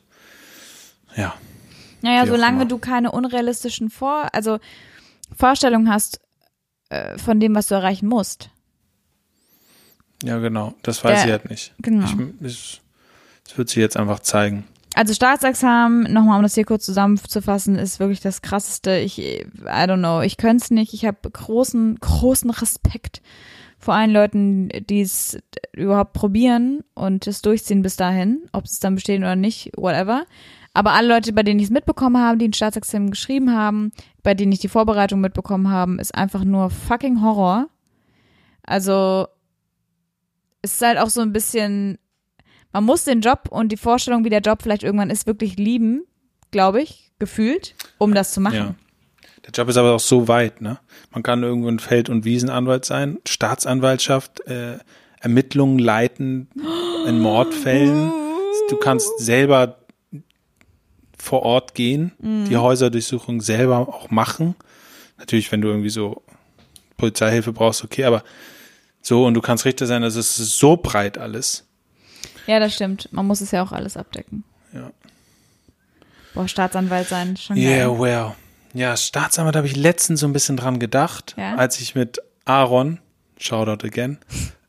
Speaker 2: Naja, solange du keine unrealistischen Vorstellungen hast von dem, was du erreichen musst.
Speaker 1: Ja, genau. Das weiß ich halt nicht.
Speaker 2: Genau.
Speaker 1: Das wird sich jetzt einfach zeigen.
Speaker 2: Also Staatsexamen, nochmal um das hier kurz zusammenzufassen, ist wirklich das Krasseste. I don't know, ich könnte es nicht. Ich habe großen Respekt vor allen Leuten, die es überhaupt probieren und es durchziehen bis dahin, ob sie es dann bestehen oder nicht, whatever. Aber alle Leute, bei denen ich es mitbekommen habe, die ein Staatsexamen geschrieben haben, bei denen ich die Vorbereitung mitbekommen habe, ist einfach nur fucking Horror. Also es ist halt auch so ein bisschen, man muss den Job und die Vorstellung, wie der Job vielleicht irgendwann ist, wirklich lieben, glaube ich, gefühlt, um das zu machen.
Speaker 1: Ja. Der Job ist aber auch so weit, ne? Man kann irgendwo ein Feld- und Wiesenanwalt sein, Staatsanwaltschaft, Ermittlungen leiten in Mordfällen. Du kannst selber vor Ort gehen, die Häuserdurchsuchung selber auch machen. Natürlich, wenn du irgendwie so Polizeihilfe brauchst, okay, aber so, und du kannst Richter sein, also es ist so breit alles.
Speaker 2: Ja, das stimmt. Man muss es ja auch alles abdecken.
Speaker 1: Ja.
Speaker 2: Boah, Staatsanwalt sein, schon geil.
Speaker 1: Yeah, well. Ja, Staatsanwalt habe ich letztens so ein bisschen dran gedacht, als ich mit Aaron, Shoutout again,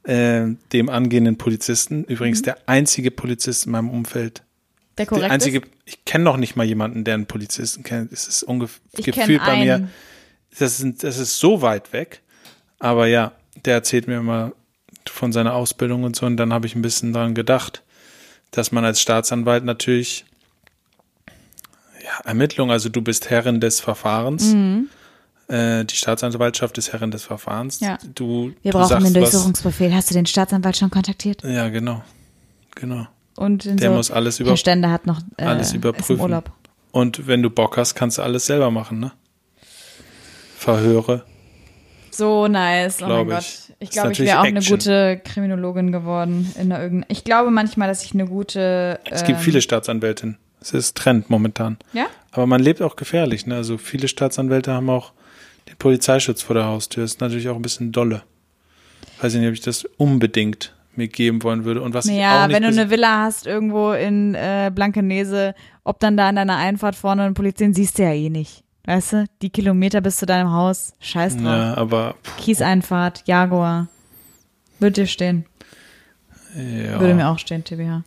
Speaker 1: dem angehenden Polizisten. Übrigens der einzige Polizist in meinem Umfeld.
Speaker 2: Der korrekt ist?
Speaker 1: Ich kenne noch nicht mal jemanden, der einen Polizisten kennt. Es ist
Speaker 2: Ich
Speaker 1: gefühlt
Speaker 2: kenn
Speaker 1: bei mir,
Speaker 2: einen.
Speaker 1: das ist so weit weg. Aber ja, der erzählt mir immer von seiner Ausbildung und so. Und dann habe ich ein bisschen daran gedacht, dass man als Staatsanwalt natürlich Ermittlung, also du bist Herrin des Verfahrens. Die Staatsanwaltschaft ist Herrin des Verfahrens.
Speaker 2: Ja.
Speaker 1: Wir
Speaker 2: Wir brauchen den Durchsuchungsbefehl. Hast du den Staatsanwalt schon kontaktiert?
Speaker 1: Ja, genau.
Speaker 2: Und
Speaker 1: Der muss alles
Speaker 2: Herr Stender hat noch
Speaker 1: alles
Speaker 2: ist im
Speaker 1: überprüfen.
Speaker 2: Urlaub.
Speaker 1: Und wenn du Bock hast, kannst du alles selber machen, ne? Verhöre.
Speaker 2: So nice, oh mein
Speaker 1: Glaub
Speaker 2: Gott.
Speaker 1: ich.
Speaker 2: Ich
Speaker 1: Ist
Speaker 2: glaube, ich
Speaker 1: natürlich
Speaker 2: wäre auch
Speaker 1: Action.
Speaker 2: eine gute Kriminologin geworden. Ich glaube manchmal, dass ich eine gute
Speaker 1: Es gibt viele Staatsanwältinnen. Es ist Trend momentan.
Speaker 2: Ja?
Speaker 1: Aber man lebt auch gefährlich, ne? Also viele Staatsanwälte haben auch den Polizeischutz vor der Haustür. Das ist natürlich auch ein bisschen dolle. Weiß ich nicht, ob ich das unbedingt mir geben wollen würde. Und was ich auch
Speaker 2: Ja,
Speaker 1: nicht
Speaker 2: wenn du eine Villa hast irgendwo in Blankenese, ob dann da an deiner Einfahrt vorne eine Polizei, siehst du ja eh nicht. Weißt du, die Kilometer bis zu deinem Haus, scheiß drauf.
Speaker 1: Ja, aber
Speaker 2: Kieseinfahrt, Jaguar. Würde dir stehen.
Speaker 1: ja.
Speaker 2: Würde mir auch stehen, TBH.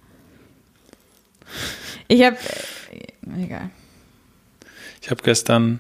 Speaker 2: Ich hab, egal.
Speaker 1: Ich habe gestern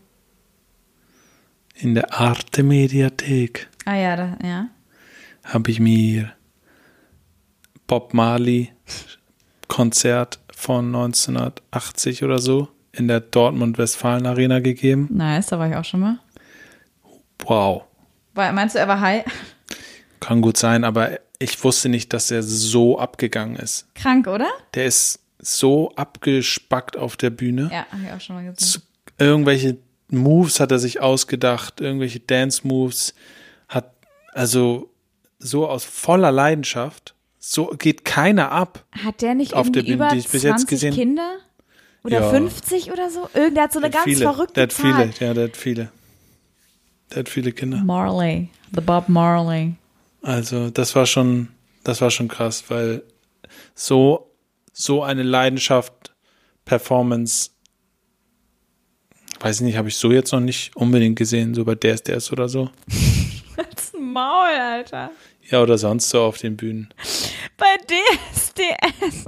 Speaker 1: in der Arte Mediathek
Speaker 2: Ah ja, ja.
Speaker 1: habe ich mir Bob Marley Konzert von 1980 oder so in der Dortmund-Westfalen Arena gegeben.
Speaker 2: Nice, da war ich auch schon mal.
Speaker 1: Wow.
Speaker 2: Meinst du, er war high?
Speaker 1: Kann gut sein, aber ich wusste nicht, dass er so abgegangen ist.
Speaker 2: Krank, oder?
Speaker 1: Der ist so abgespackt auf der Bühne.
Speaker 2: Ja, habe ich auch schon mal gesehen.
Speaker 1: Irgendwelche Moves hat er sich ausgedacht, irgendwelche Dance-Moves, hat also so aus voller Leidenschaft, so geht keiner ab.
Speaker 2: Hat der nicht
Speaker 1: auf
Speaker 2: irgendwie
Speaker 1: der Bühne,
Speaker 2: über
Speaker 1: die ich bis jetzt
Speaker 2: 20
Speaker 1: gesehen-
Speaker 2: Kinder? Oder
Speaker 1: Ja.
Speaker 2: 50 oder so? Der hat so eine
Speaker 1: Der hat
Speaker 2: ganz
Speaker 1: viele,
Speaker 2: verrückte
Speaker 1: der hat
Speaker 2: Zahl.
Speaker 1: viele, ja, der hat viele. Der hat viele Kinder.
Speaker 2: Marley, the Bob Marley.
Speaker 1: Also das war schon krass, weil so eine Leidenschaft, Performance, weiß ich nicht, habe ich so jetzt noch nicht unbedingt gesehen, so bei DSDS oder so.
Speaker 2: Das Maul, Alter.
Speaker 1: Ja, oder sonst so auf den Bühnen.
Speaker 2: Bei DSDS.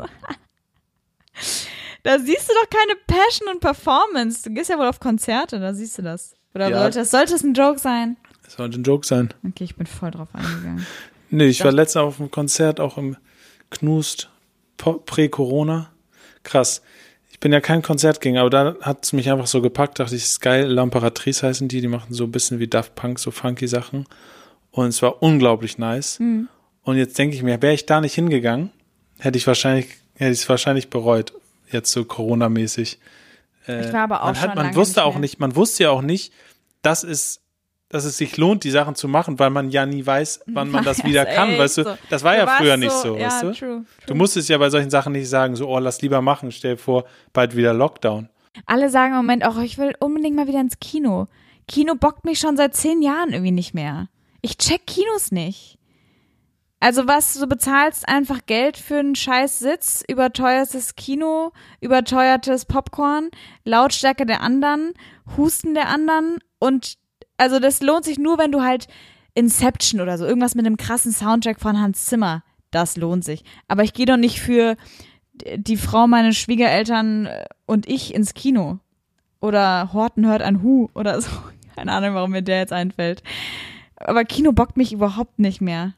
Speaker 2: Da siehst du doch keine Passion und Performance. Du gehst ja wohl auf Konzerte, da siehst du das. Oder
Speaker 1: Ja.
Speaker 2: sollte es ein Joke sein?
Speaker 1: Das sollte ein Joke sein.
Speaker 2: Okay, ich bin voll drauf eingegangen.
Speaker 1: Nee, ich war letztens auf einem Konzert, auch im Knust, Prä-Corona. Krass. Ich bin ja kein Konzertgänger, aber da hat es mich einfach so gepackt, dachte ich, ist geil. L'Imperatrice heißen die machen so ein bisschen wie Daft Punk, so funky Sachen. Und es war unglaublich nice. Und jetzt denke ich mir, wäre ich da nicht hingegangen, hätte ich es wahrscheinlich bereut, jetzt so Corona-mäßig.
Speaker 2: Ich war aber auch schon lange
Speaker 1: Man wusste
Speaker 2: nicht
Speaker 1: ja auch nicht, dass es sich lohnt, die Sachen zu machen, weil man ja nie weiß, wann man das wieder kann,
Speaker 2: echt
Speaker 1: weißt du?
Speaker 2: so.
Speaker 1: Das war
Speaker 2: Du
Speaker 1: ja
Speaker 2: warst
Speaker 1: früher nicht
Speaker 2: so,
Speaker 1: so,
Speaker 2: ja,
Speaker 1: weißt du?
Speaker 2: true.
Speaker 1: Du musstest ja bei solchen Sachen nicht sagen, so, oh, lass lieber machen, stell dir vor, bald wieder Lockdown.
Speaker 2: Alle sagen im Moment auch, ich will unbedingt mal wieder ins Kino. Kino bockt mich schon seit 10 Jahren irgendwie nicht mehr. Ich check Kinos nicht. Also was, du bezahlst einfach Geld für einen scheiß Sitz, überteuertes Kino, überteuertes Popcorn, Lautstärke der anderen, Husten der anderen und also das lohnt sich nur, wenn du halt Inception oder so, irgendwas mit einem krassen Soundtrack von Hans Zimmer, das lohnt sich. Aber ich gehe doch nicht für die Frau, meine Schwiegereltern und ich ins Kino. Oder Horten hört ein Hu oder so. Keine Ahnung, warum mir der jetzt einfällt. Aber Kino bockt mich überhaupt nicht mehr.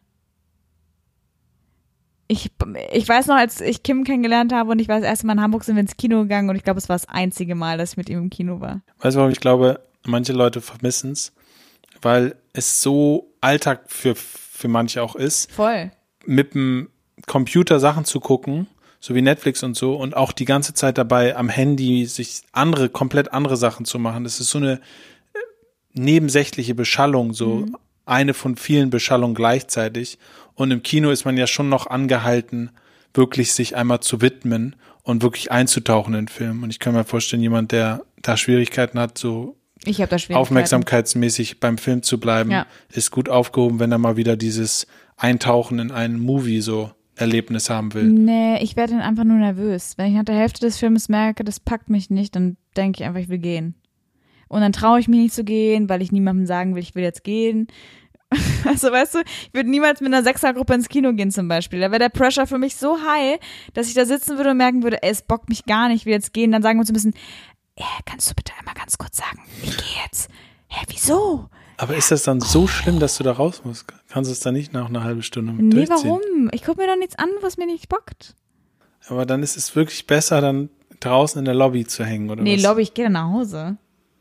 Speaker 2: Ich weiß noch, als ich Kim kennengelernt habe und ich war das erste Mal in Hamburg, sind wir ins Kino gegangen und ich glaube, es war das einzige Mal, dass ich mit ihm im Kino war.
Speaker 1: Weißt du, warum ich glaube, manche Leute vermissen es? Weil es so Alltag für manche auch ist.
Speaker 2: Voll.
Speaker 1: Mit dem Computer Sachen zu gucken, so wie Netflix und so, und auch die ganze Zeit dabei am Handy sich komplett andere Sachen zu machen. Das ist so eine nebensächliche Beschallung, so eine von vielen Beschallungen gleichzeitig. Und im Kino ist man ja schon noch angehalten, wirklich sich einmal zu widmen und wirklich einzutauchen in den Film. Und ich kann mir vorstellen, jemand, der da Schwierigkeiten hat, so
Speaker 2: Ich habe da Schwierigkeiten.
Speaker 1: aufmerksamkeitsmäßig beim Film zu bleiben,
Speaker 2: Ja.
Speaker 1: ist gut aufgehoben, wenn er mal wieder dieses Eintauchen in einen Movie so Erlebnis haben will.
Speaker 2: Nee, ich werde dann einfach nur nervös. Wenn ich nach der Hälfte des Films merke, das packt mich nicht, dann denke ich einfach, ich will gehen. Und dann traue ich mich nicht zu gehen, weil ich niemandem sagen will, ich will jetzt gehen. Also weißt du, ich würde niemals mit einer Sechsergruppe ins Kino gehen zum Beispiel. Da wäre der Pressure für mich so high, dass ich da sitzen würde und merken würde, ey, es bockt mich gar nicht, ich will jetzt gehen. Dann sagen wir uns ein bisschen, kannst du bitte einmal ganz kurz sagen, ich gehe jetzt. Hä, wieso?
Speaker 1: Aber ist das dann so schlimm, dass du da raus musst? Kannst du es dann nicht nach einer halben Stunde durchziehen?
Speaker 2: Warum? Ich gucke mir doch nichts an, was mir nicht bockt.
Speaker 1: Aber dann ist es wirklich besser, dann draußen in der Lobby zu hängen, oder was?
Speaker 2: Nee, Lobby, ich gehe dann nach Hause.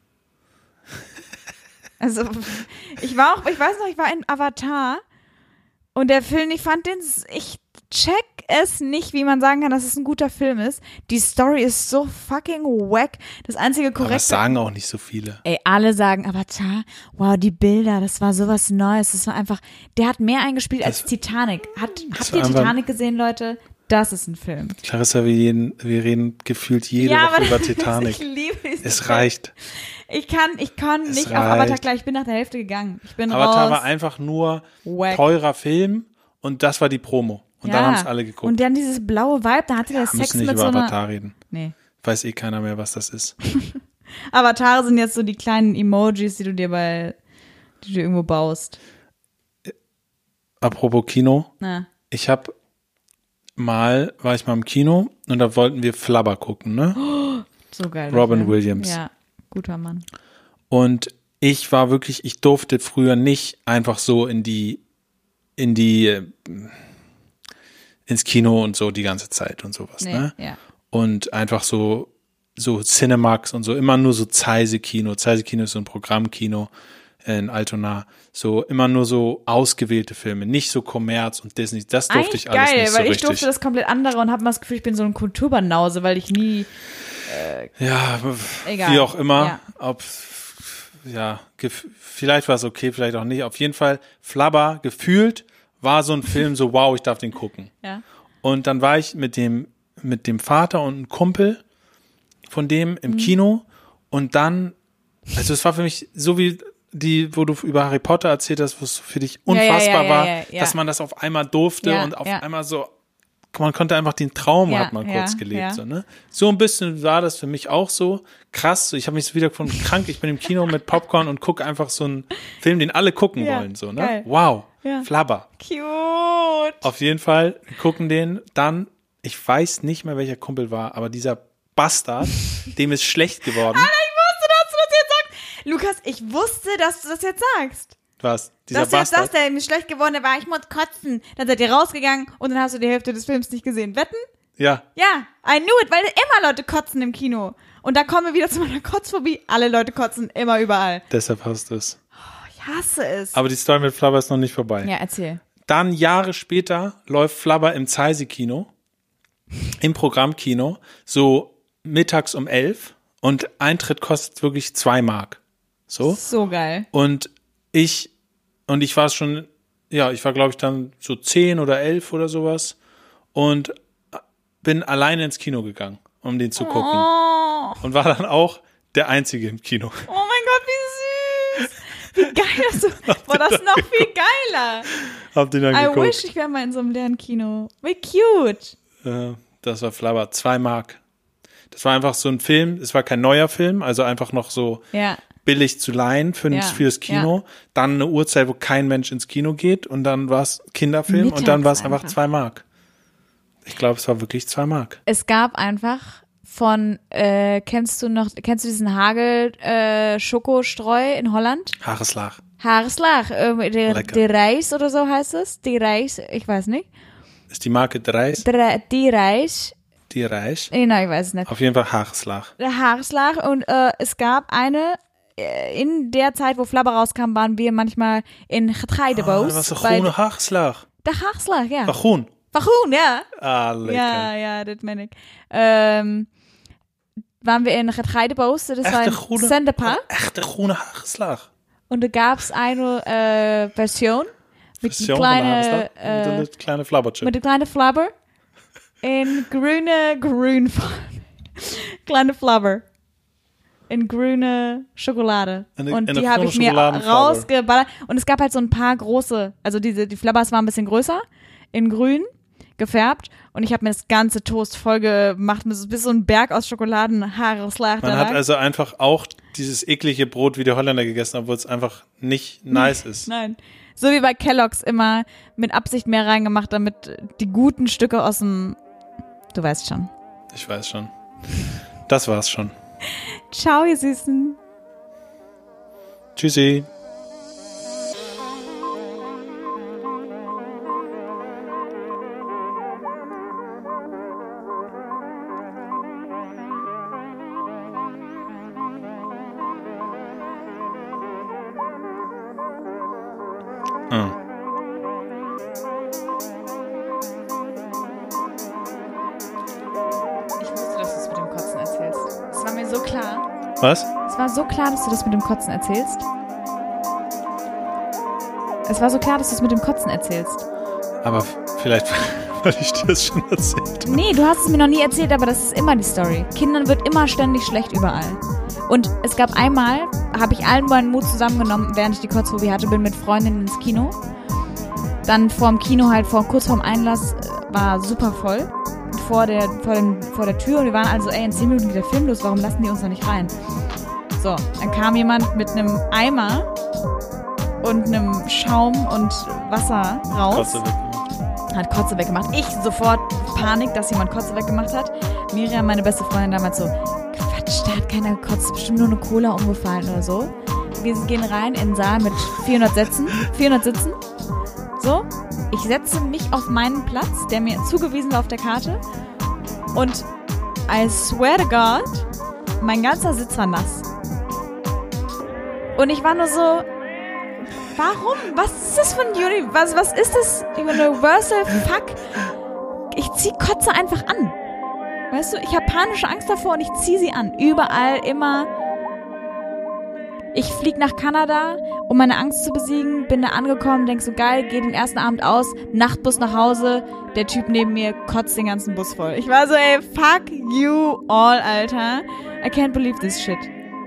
Speaker 2: Also, ich war in Avatar und der Film, ich check es nicht, wie man sagen kann, dass es ein guter Film ist. Die Story ist so fucking wack. Das einzige korrekte.
Speaker 1: Aber das sagen auch nicht so viele.
Speaker 2: Ey, alle sagen Avatar, wow, die Bilder, das war sowas Neues. Das war einfach, der hat mehr eingespielt als Titanic. Habt ihr Titanic gesehen, Leute? Das ist ein Film.
Speaker 1: Clarissa, wir reden gefühlt jede Woche über Titanic.
Speaker 2: Ich liebe
Speaker 1: es reicht.
Speaker 2: Ich kann nicht auf Avatar klar, ich bin nach der Hälfte gegangen. Ich bin
Speaker 1: Avatar
Speaker 2: raus.
Speaker 1: war einfach nur teurer Film und das war die Promo. Und dann haben es alle geguckt.
Speaker 2: Und dann dieses blaue Vibe, da hatte der Sex mit so einer...
Speaker 1: Wir müssen nicht über Avatar reden.
Speaker 2: Nee.
Speaker 1: Weiß keiner mehr, was das ist.
Speaker 2: Avatare sind jetzt so die kleinen Emojis, die du irgendwo baust.
Speaker 1: Apropos Kino.
Speaker 2: Na.
Speaker 1: War ich mal im Kino und da wollten wir Flubber gucken, ne?
Speaker 2: Oh, so geil.
Speaker 1: Robin Williams.
Speaker 2: Ja, guter Mann.
Speaker 1: Und ich durfte früher nicht einfach so ins Kino und so die ganze Zeit und sowas, ne?
Speaker 2: Ja.
Speaker 1: Und einfach so Cinemax und so, immer nur so Zeise-Kino. Zeise-Kino ist so ein Programmkino in Altona. So immer nur so ausgewählte Filme, nicht so Kommerz und Disney. Das durfte ich alles nicht so
Speaker 2: weil
Speaker 1: richtig.
Speaker 2: Ich durfte das komplett andere und habe mal das Gefühl, ich bin so ein Kulturbanause, weil ich nie egal.
Speaker 1: Wie auch immer. Vielleicht war es okay, vielleicht auch nicht. Auf jeden Fall, Flubber, gefühlt, war so ein Film so, wow, ich darf den gucken.
Speaker 2: Ja.
Speaker 1: Und dann war ich mit dem Vater und einem Kumpel von dem im Kino und dann, also es war für mich so wie wo du über Harry Potter erzählt hast, wo es für dich unfassbar war, dass man das auf einmal durfte und auf einmal so, man konnte einfach den Traum hat man kurz gelebt.
Speaker 2: Ja.
Speaker 1: So, ne? So ein bisschen war das für mich auch so krass. So, ich habe mich so wieder gefunden, krank, ich bin im Kino mit Popcorn und gucke einfach so einen Film, den alle gucken wollen. So, ne?
Speaker 2: Geil.
Speaker 1: Wow,
Speaker 2: Ja.
Speaker 1: Flubber.
Speaker 2: Cute.
Speaker 1: Auf jeden Fall, wir gucken den, dann, ich weiß nicht mehr, welcher Kumpel war, aber dieser Bastard, dem ist schlecht geworden.
Speaker 2: Alter, ich wusste, dass du das jetzt sagst. Lukas, ich wusste, dass du das jetzt sagst.
Speaker 1: Was? Dieser Bastard?
Speaker 2: Der mir schlecht geworden war, ich muss kotzen. Dann seid ihr rausgegangen und dann hast du die Hälfte des Films nicht gesehen. Wetten?
Speaker 1: Ja.
Speaker 2: Ja, I knew it, weil immer Leute kotzen im Kino. Und da kommen wir wieder zu meiner Kotzphobie. Alle Leute kotzen immer überall.
Speaker 1: Deshalb hast du es.
Speaker 2: Oh, ich hasse es.
Speaker 1: Aber die Story mit Flubber ist noch nicht vorbei.
Speaker 2: Ja, erzähl.
Speaker 1: Dann Jahre später läuft Flubber im Zeise-Kino, im Programmkino, so mittags um 11 und Eintritt kostet wirklich 2 Mark. So
Speaker 2: geil.
Speaker 1: Und ich war schon, ich war glaube ich dann so 10 oder 11 oder sowas und bin alleine ins Kino gegangen, um den zu gucken.
Speaker 2: Oh.
Speaker 1: Und war dann auch der Einzige im Kino.
Speaker 2: Oh mein Gott, wie süß. Wie geil. War das noch viel geiler.
Speaker 1: Hab den dann geguckt.
Speaker 2: I wish, ich wäre mal in so einem leeren Kino. Wie cute.
Speaker 1: Das war Flubber, 2 Mark. Das war einfach so ein Film, es war kein neuer Film, also einfach noch so billig zu leihen fürs Kino. Ja. Dann eine Uhrzeit, wo kein Mensch ins Kino geht und dann war es Kinderfilm mittags und dann war es einfach 2 Mark. Ich glaube, es war wirklich 2 Mark.
Speaker 2: Es gab einfach von, kennst du diesen Hagel-Schokostreu in Holland?
Speaker 1: Haareslag.
Speaker 2: De Reis oder so heißt es. Die Reis, ich weiß nicht.
Speaker 1: Ist die Marke De Reis?
Speaker 2: Die Reis.
Speaker 1: Die Reis?
Speaker 2: Nein, ich weiß es nicht.
Speaker 1: Auf jeden Fall Haareslag.
Speaker 2: Der Haareslag und es gab in der Zeit, wo Flubber rauskam, waren wir manchmal in Getreideboos.
Speaker 1: Dat was een groene haagslag.
Speaker 2: De haagslag, ja.
Speaker 1: Van groen?
Speaker 2: Van groen, ja.
Speaker 1: Ah, lekker.
Speaker 2: Ja, dat meen ik. Waren wir in Getreideboos, das war ein Senderpark.
Speaker 1: Echte groene haagslag.
Speaker 2: Und da gab es eine Version mit einem
Speaker 1: kleine Flabbertje.
Speaker 2: Mit einem kleinen Flabber in grün kleine Flabber in grüne Schokolade. Und die habe ich mir rausgeballert. Und es gab halt so ein paar große, also die Flabbers waren ein bisschen größer, in grün gefärbt. Und ich habe mir das ganze Toast voll gemacht, bis so ein Berg aus Schokoladenhaareslag.
Speaker 1: Man hat also einfach auch dieses eklige Brot wie der Holländer gegessen, obwohl es einfach nicht nice ist.
Speaker 2: Nein. So wie bei Kellogg's immer mit Absicht mehr reingemacht, damit die guten Stücke aus dem... Du weißt schon.
Speaker 1: Ich weiß schon. Das war's schon.
Speaker 2: Ciao, ihr Süßen.
Speaker 1: Tschüssi.
Speaker 2: Ich wusste, dass du es mit dem Kotzen erzählst. Es war mir so klar.
Speaker 1: Was?
Speaker 2: Es war so klar, dass du das mit dem Kotzen erzählst. Es war so klar, dass du es mit dem Kotzen erzählst.
Speaker 1: Aber vielleicht, weil ich dir das schon erzählt habe.
Speaker 2: Nee, du hast es mir noch nie erzählt, aber das ist immer die Story. Kindern wird immer ständig schlecht überall. Und es gab einmal, habe ich allen meinen Mut zusammengenommen, während ich die Kotzphobie hatte, bin mit Freundinnen ins Kino. Dann vorm Kino halt, kurz vorm Einlass, war super voll. Vor der Tür und wir waren also, in 10 Minuten geht der Film los, warum lassen die uns da nicht rein? So, dann kam jemand mit einem Eimer und einem Schaum und Wasser raus.
Speaker 1: Kotze weggemacht.
Speaker 2: Hat Kotze weggemacht. Ich sofort Panik, dass jemand Kotze weggemacht hat. Miriam, meine beste Freundin, damals so, Quatsch, da hat keiner gekotzt, bestimmt nur eine Cola umgefallen oder so. Wir gehen rein in den Saal mit 400 Sitzen. So, ich setze mich auf meinen Platz, der mir zugewiesen war auf der Karte. Und I swear to God, mein ganzer Sitz war nass. Und ich war nur so, warum? Was ist das für ein was ist das? Universal Fuck. Ich zieh Kotze einfach an. Weißt du, ich habe panische Angst davor und ich ziehe sie an. Überall, immer. Ich fliege nach Kanada, um meine Angst zu besiegen, bin da angekommen, denk so geil, geh den ersten Abend aus, Nachtbus nach Hause, der Typ neben mir kotzt den ganzen Bus voll. Ich war so, ey, fuck you all, Alter. I can't believe this shit.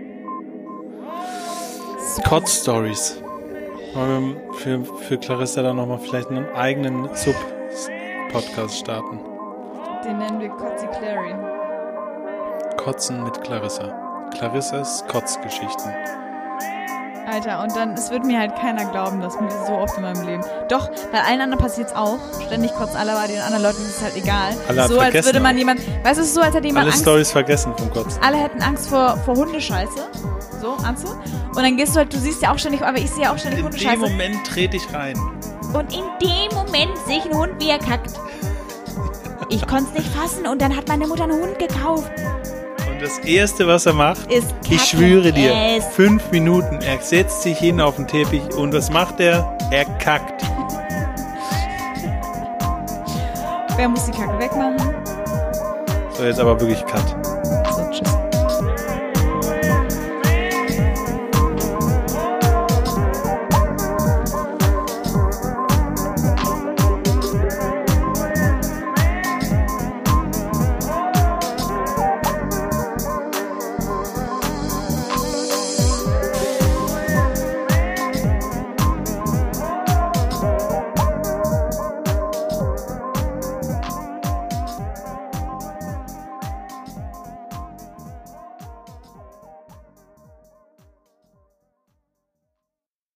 Speaker 1: Kotz-Stories. Wollen wir für Clarissa dann nochmal vielleicht einen eigenen Sub-Podcast starten?
Speaker 2: Den nennen wir Kotzi Clary.
Speaker 1: Kotzen mit Clarissa. Clarissas Kotzgeschichten.
Speaker 2: Alter, und dann, es wird mir halt keiner glauben, das mir so oft in meinem Leben. Doch, bei allen anderen passiert es auch. Ständig kotzen alle, aber den anderen Leuten ist es halt egal.
Speaker 1: Alle
Speaker 2: so, als würde man jemand, weißt du, es ist so, als hätte jemand
Speaker 1: alle
Speaker 2: Angst.
Speaker 1: Storys vergessen vom Kotzen.
Speaker 2: Alle hätten Angst vor Hundescheiße. So, Anzu. Und dann gehst du halt, du siehst ja auch ständig, aber ich sehe ja auch ständig Hundescheiße.
Speaker 1: In dem Moment trete ich rein.
Speaker 2: Und in dem Moment sehe ich einen Hund, wie er kackt. Ich konnte es nicht fassen und dann hat meine Mutter einen Hund gekauft.
Speaker 1: Und das Erste, was er macht,
Speaker 2: ist Kacken.
Speaker 1: Ich schwöre dir, 5 Minuten, er setzt sich hin auf den Teppich und was macht er? Er kackt.
Speaker 2: Wer muss die Kacke wegmachen?
Speaker 1: So, jetzt aber wirklich Cut.